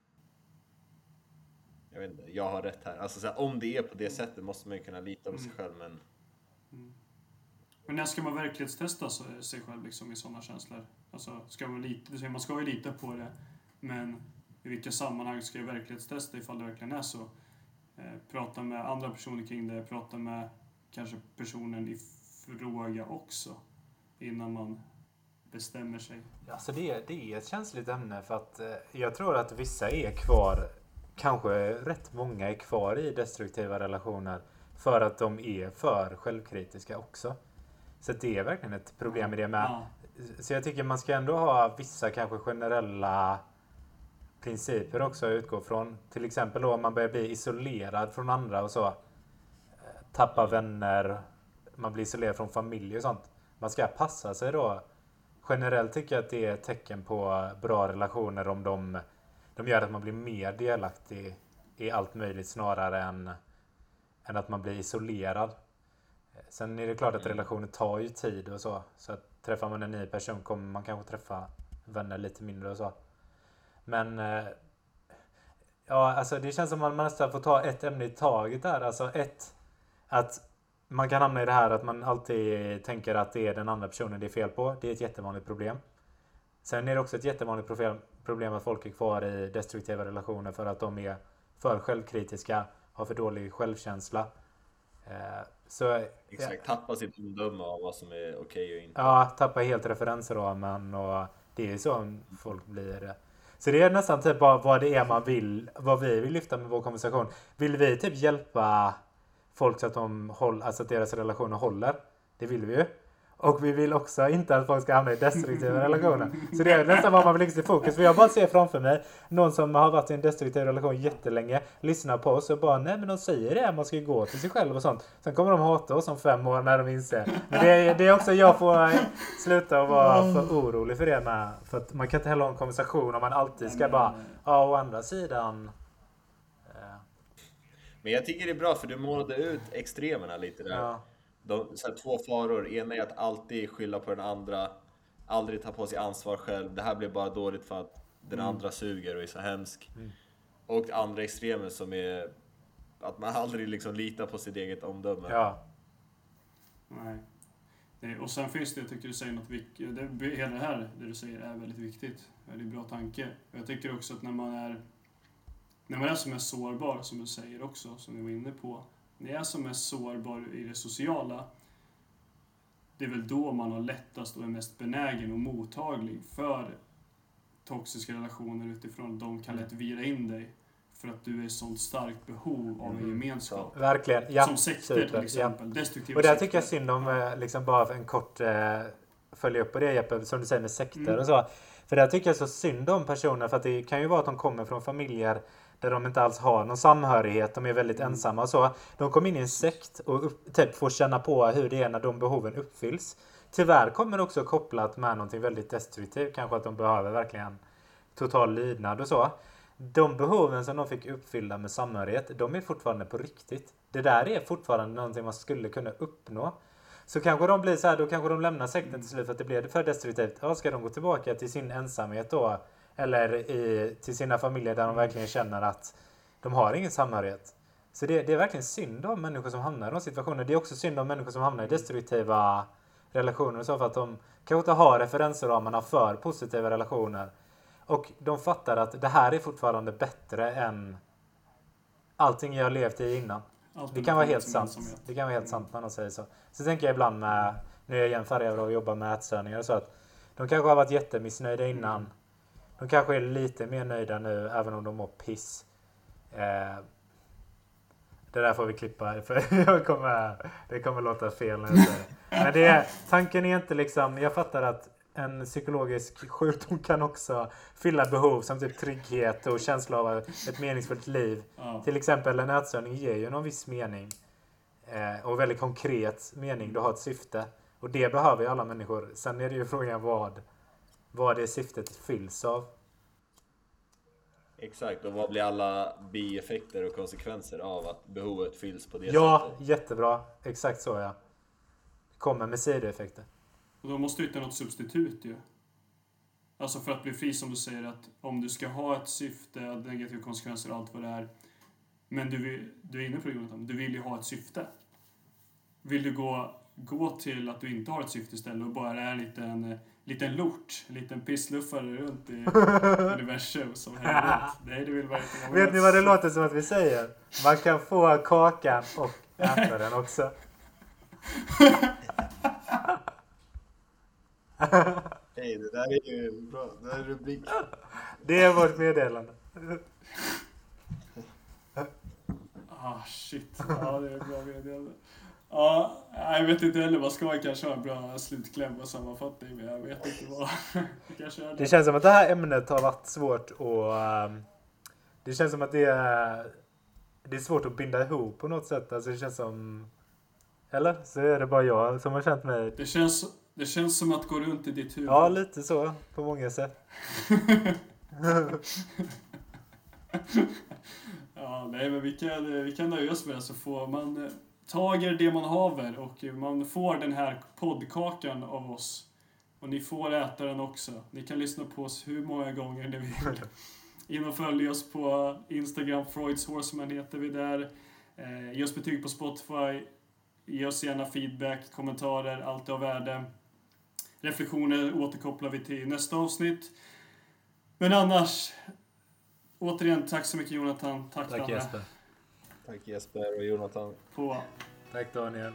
Speaker 2: Jag vet inte, jag har rätt här. Alltså så här, om det är på det sättet måste man ju kunna lita på sig själv, men...
Speaker 1: Mm. Men när ska man verklighetstesta sig själv liksom i sådana känslor? Alltså, ska man lita, man ska ju lita på det, men i vilka sammanhang ska jag verklighetstesta ifall det verkligen är så? Eh, prata med andra personer kring det, prata med kanske personen i fråga också innan man bestämmer sig.
Speaker 3: Alltså det, det är ett känsligt ämne för att eh, jag tror att vissa är kvar, kanske rätt många är kvar i destruktiva relationer för att de är för självkritiska också. Så det är verkligen ett problem med det med.
Speaker 1: Ja.
Speaker 3: Så jag tycker man ska ändå ha vissa kanske generella principer också att utgå från. Till exempel då om man börjar bli isolerad från andra och så. Tappa vänner, man blir isolerad från familj och sånt. Man ska passa sig då. Generellt tycker jag att det är ett tecken på bra relationer om de, de gör att man blir mer delaktig i allt möjligt snarare än, än att man blir isolerad. Sen är det klart att relationer tar ju tid och så. Så att träffar man en ny person kommer man kanske träffa vänner lite mindre och så. Men ja, alltså det känns som att man nästan får ta ett ämne i taget där. Alltså ett, att man kan hamna i det här att man alltid tänker att det är den andra personen det är fel på. Det är ett jättevanligt problem. Sen är det också ett jättevanligt problem att folk är kvar i destruktiva relationer för att de är för självkritiska, har för dålig självkänsla. Så,
Speaker 2: exakt, tappa sitt omdöme av vad som är okej och inte.
Speaker 3: Ja, tappa helt referensramen och det är så folk blir. Så det är nästan typ bara vad det är man vill, vad vi vill lyfta med vår konversation. Vill vi typ hjälpa folk så att de håller, alltså att deras relationer håller? Det vill vi ju. Och vi vill också inte att folk ska hamna i destruktiva relationer. Så det är nästan vad man vill lägga i fokus. För jag bara ser framför mig någon som har varit i en destruktiv relation jättelänge, lyssnar på oss och bara, nej men de säger det, man ska ju gå till sig själv och sånt. Sen kommer de hata oss om fem år när de inser. Men det är, det är också, jag får sluta att vara för orolig för det med. För att man kan inte heller ha en konversation om man alltid ska bara, ja å andra sidan.
Speaker 2: Men jag tycker det är bra för du målade ut extremerna lite där.
Speaker 3: Ja.
Speaker 2: De, så här, två faror. Ena är att alltid skylla på den andra. Aldrig ta på sig ansvar själv. Det här blir bara dåligt för att den mm. andra suger och är så hemsk. Mm. Och andra extremer som är att man aldrig liksom litar på sitt eget omdöme.
Speaker 3: Ja.
Speaker 1: Nej. Och sen finns det, jag tycker du säger något viktigt. Det, hela det här, det du säger är väldigt viktigt. Det är en bra tanke. Jag tycker också att när man är när man är som är sårbar, som du säger också, som vi var inne på. När jag är som är sårbar i det sociala, det är väl då man har lättast och är mest benägen och mottaglig för toxiska relationer utifrån att de kan lätt vira in dig för att du är i sånt starkt behov av en gemenskap.
Speaker 3: Mm. Verkligen, ja.
Speaker 1: Som sekter till exempel.
Speaker 3: Ja.
Speaker 1: Destruktiva
Speaker 3: och där
Speaker 1: sekter.
Speaker 3: tycker jag synd om, liksom bara en kort eh, följa upp på det Jeppe, som du säger med sekter mm. och så. För där tycker jag så synd om personer, för att det kan ju vara att de kommer från familjer där de inte alls har någon samhörighet, de är väldigt mm. ensamma och så. De kommer in i en sekt och upp, typ får känna på hur det är när de behoven uppfylls. Tyvärr kommer det också kopplat med någonting väldigt destruktivt, kanske att de behöver verkligen total lydnad och så. De behoven som de fick uppfylla med samhörighet, de är fortfarande på riktigt. Det där är fortfarande någonting man skulle kunna uppnå. Så kanske de blir så här, då kanske de lämnar sekten till slut för att det blir för destruktivt. Ja, ska de gå tillbaka till sin ensamhet då? Eller i, till sina familjer där de verkligen känner att de har ingen samhörighet. Så det, det är verkligen synd om människor som hamnar i de situationer. Det är också synd om människor som hamnar i destruktiva relationer och så, för att de kanske inte har referensramarna för positiva relationer. Och de fattar att det här är fortfarande bättre än allting jag har levt i innan. Allt det kan vara helt sant. Det kan vara helt sant när de säger så. Så tänker jag ibland med, nu är jag jämförare och jobbar med ätstörningar och så, att de kanske har varit jättemissnöjda innan. De kanske är lite mer nöjda nu, även om de mår piss. Eh, det där får vi klippa, för jag kommer, det kommer låta fel när jag säger det. Men det är, tanken är inte liksom, jag fattar att en psykologisk sjukdom kan också fylla behov som typ trygghet och känsla av ett meningsfullt liv. Ja. Till exempel en ätstörning ger ju någon viss mening. Eh, och väldigt konkret mening, du har ett syfte. Och det behöver ju alla människor. Sen är det ju frågan vad, vad det syftet fylls av.
Speaker 2: Exakt, och vad blir alla bieffekter och konsekvenser av att behovet fylls på det
Speaker 3: ja, sättet? Ja, jättebra. Exakt så, ja. Kommer med sidoeffekter.
Speaker 1: Och då måste du hitta något substitut ju. Alltså för att bli fri, som du säger, att om du ska ha ett syfte, negativa konsekvenser och allt vad det är. Men du, vill, du är inne på det, Jonathan. Du vill ju ha ett syfte. Vill du gå, gå till att du inte har ett syfte istället och bara är en liten, liten lort, en liten pissluffare runt i universum som händer runt. Nej, du vill bara inte.
Speaker 3: Vet ni vad det låter som att vi säger? Man kan få kakan och äta den också.
Speaker 2: Hej, det där är ju bra. Det där är rubrik.
Speaker 3: Det är vårt meddelande.
Speaker 1: Ah, shit. Ja, det är bra meddelande. Ja, jag vet inte heller vad ska jag kanske ha en bra slutkläm och sammanfattning, men jag vet inte vad. Det, kanske är det.
Speaker 3: Det känns som att det här ämnet har varit svårt och um, det känns som att det är, det är svårt att binda ihop på något sätt. Alltså det känns som, eller? Så är det bara jag som har känt mig.
Speaker 1: Det känns, det känns som att gå runt i ditt huvud.
Speaker 3: Ja, lite så på många sätt.
Speaker 1: Ja, nej, men vi kan, vi kan nöja oss med det, så får man tager det man haver och man får den här poddkakan av oss. Och ni får äta den också. Ni kan lyssna på oss hur många gånger ni vill. In och följ oss på Instagram, Freud's Horseman heter vi där. Eh, ge oss betyg på Spotify. Ge oss gärna feedback, kommentarer, allt av värde. Reflektioner återkopplar vi till nästa avsnitt. Men annars, återigen, tack så mycket Jonathan. Tack,
Speaker 3: tack Jesper.
Speaker 2: Tack Jesper och Jonathan.
Speaker 1: På.
Speaker 3: Tack Daniel.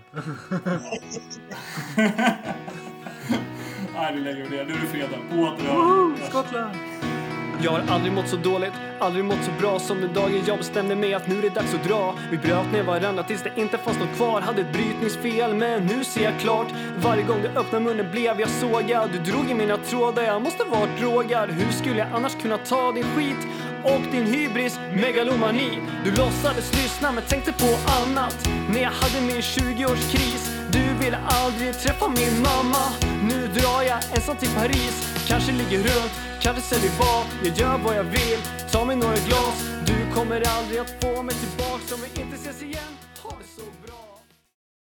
Speaker 1: Nej, nu lägger vi ner. Nu är det fredag. På återhör.
Speaker 3: Skottland.
Speaker 5: Jag har aldrig mått så dåligt, aldrig mått så bra som den dagen jag bestämde mig att nu är det dags att dra. Vi bröt ner varandra tills det inte fanns något kvar. Hade ett brytningsfel, men nu ser jag klart. Varje gång du öppnade munnen blev jag sågad. Du drog i mina trådar, jag måste vara drogad. Hur skulle jag annars kunna ta din skit? Och din hybris, megalomani. Du låtsades lyssna men tänkte på annat. När jag hade min tjugo-årskris. Du ville aldrig träffa min mamma. Nu drar jag ensam till Paris. Kanske ligger runt, kanske säljer vad. Jag gör vad jag vill, ta mig några glas. Du kommer aldrig att få mig tillbaka om jag inte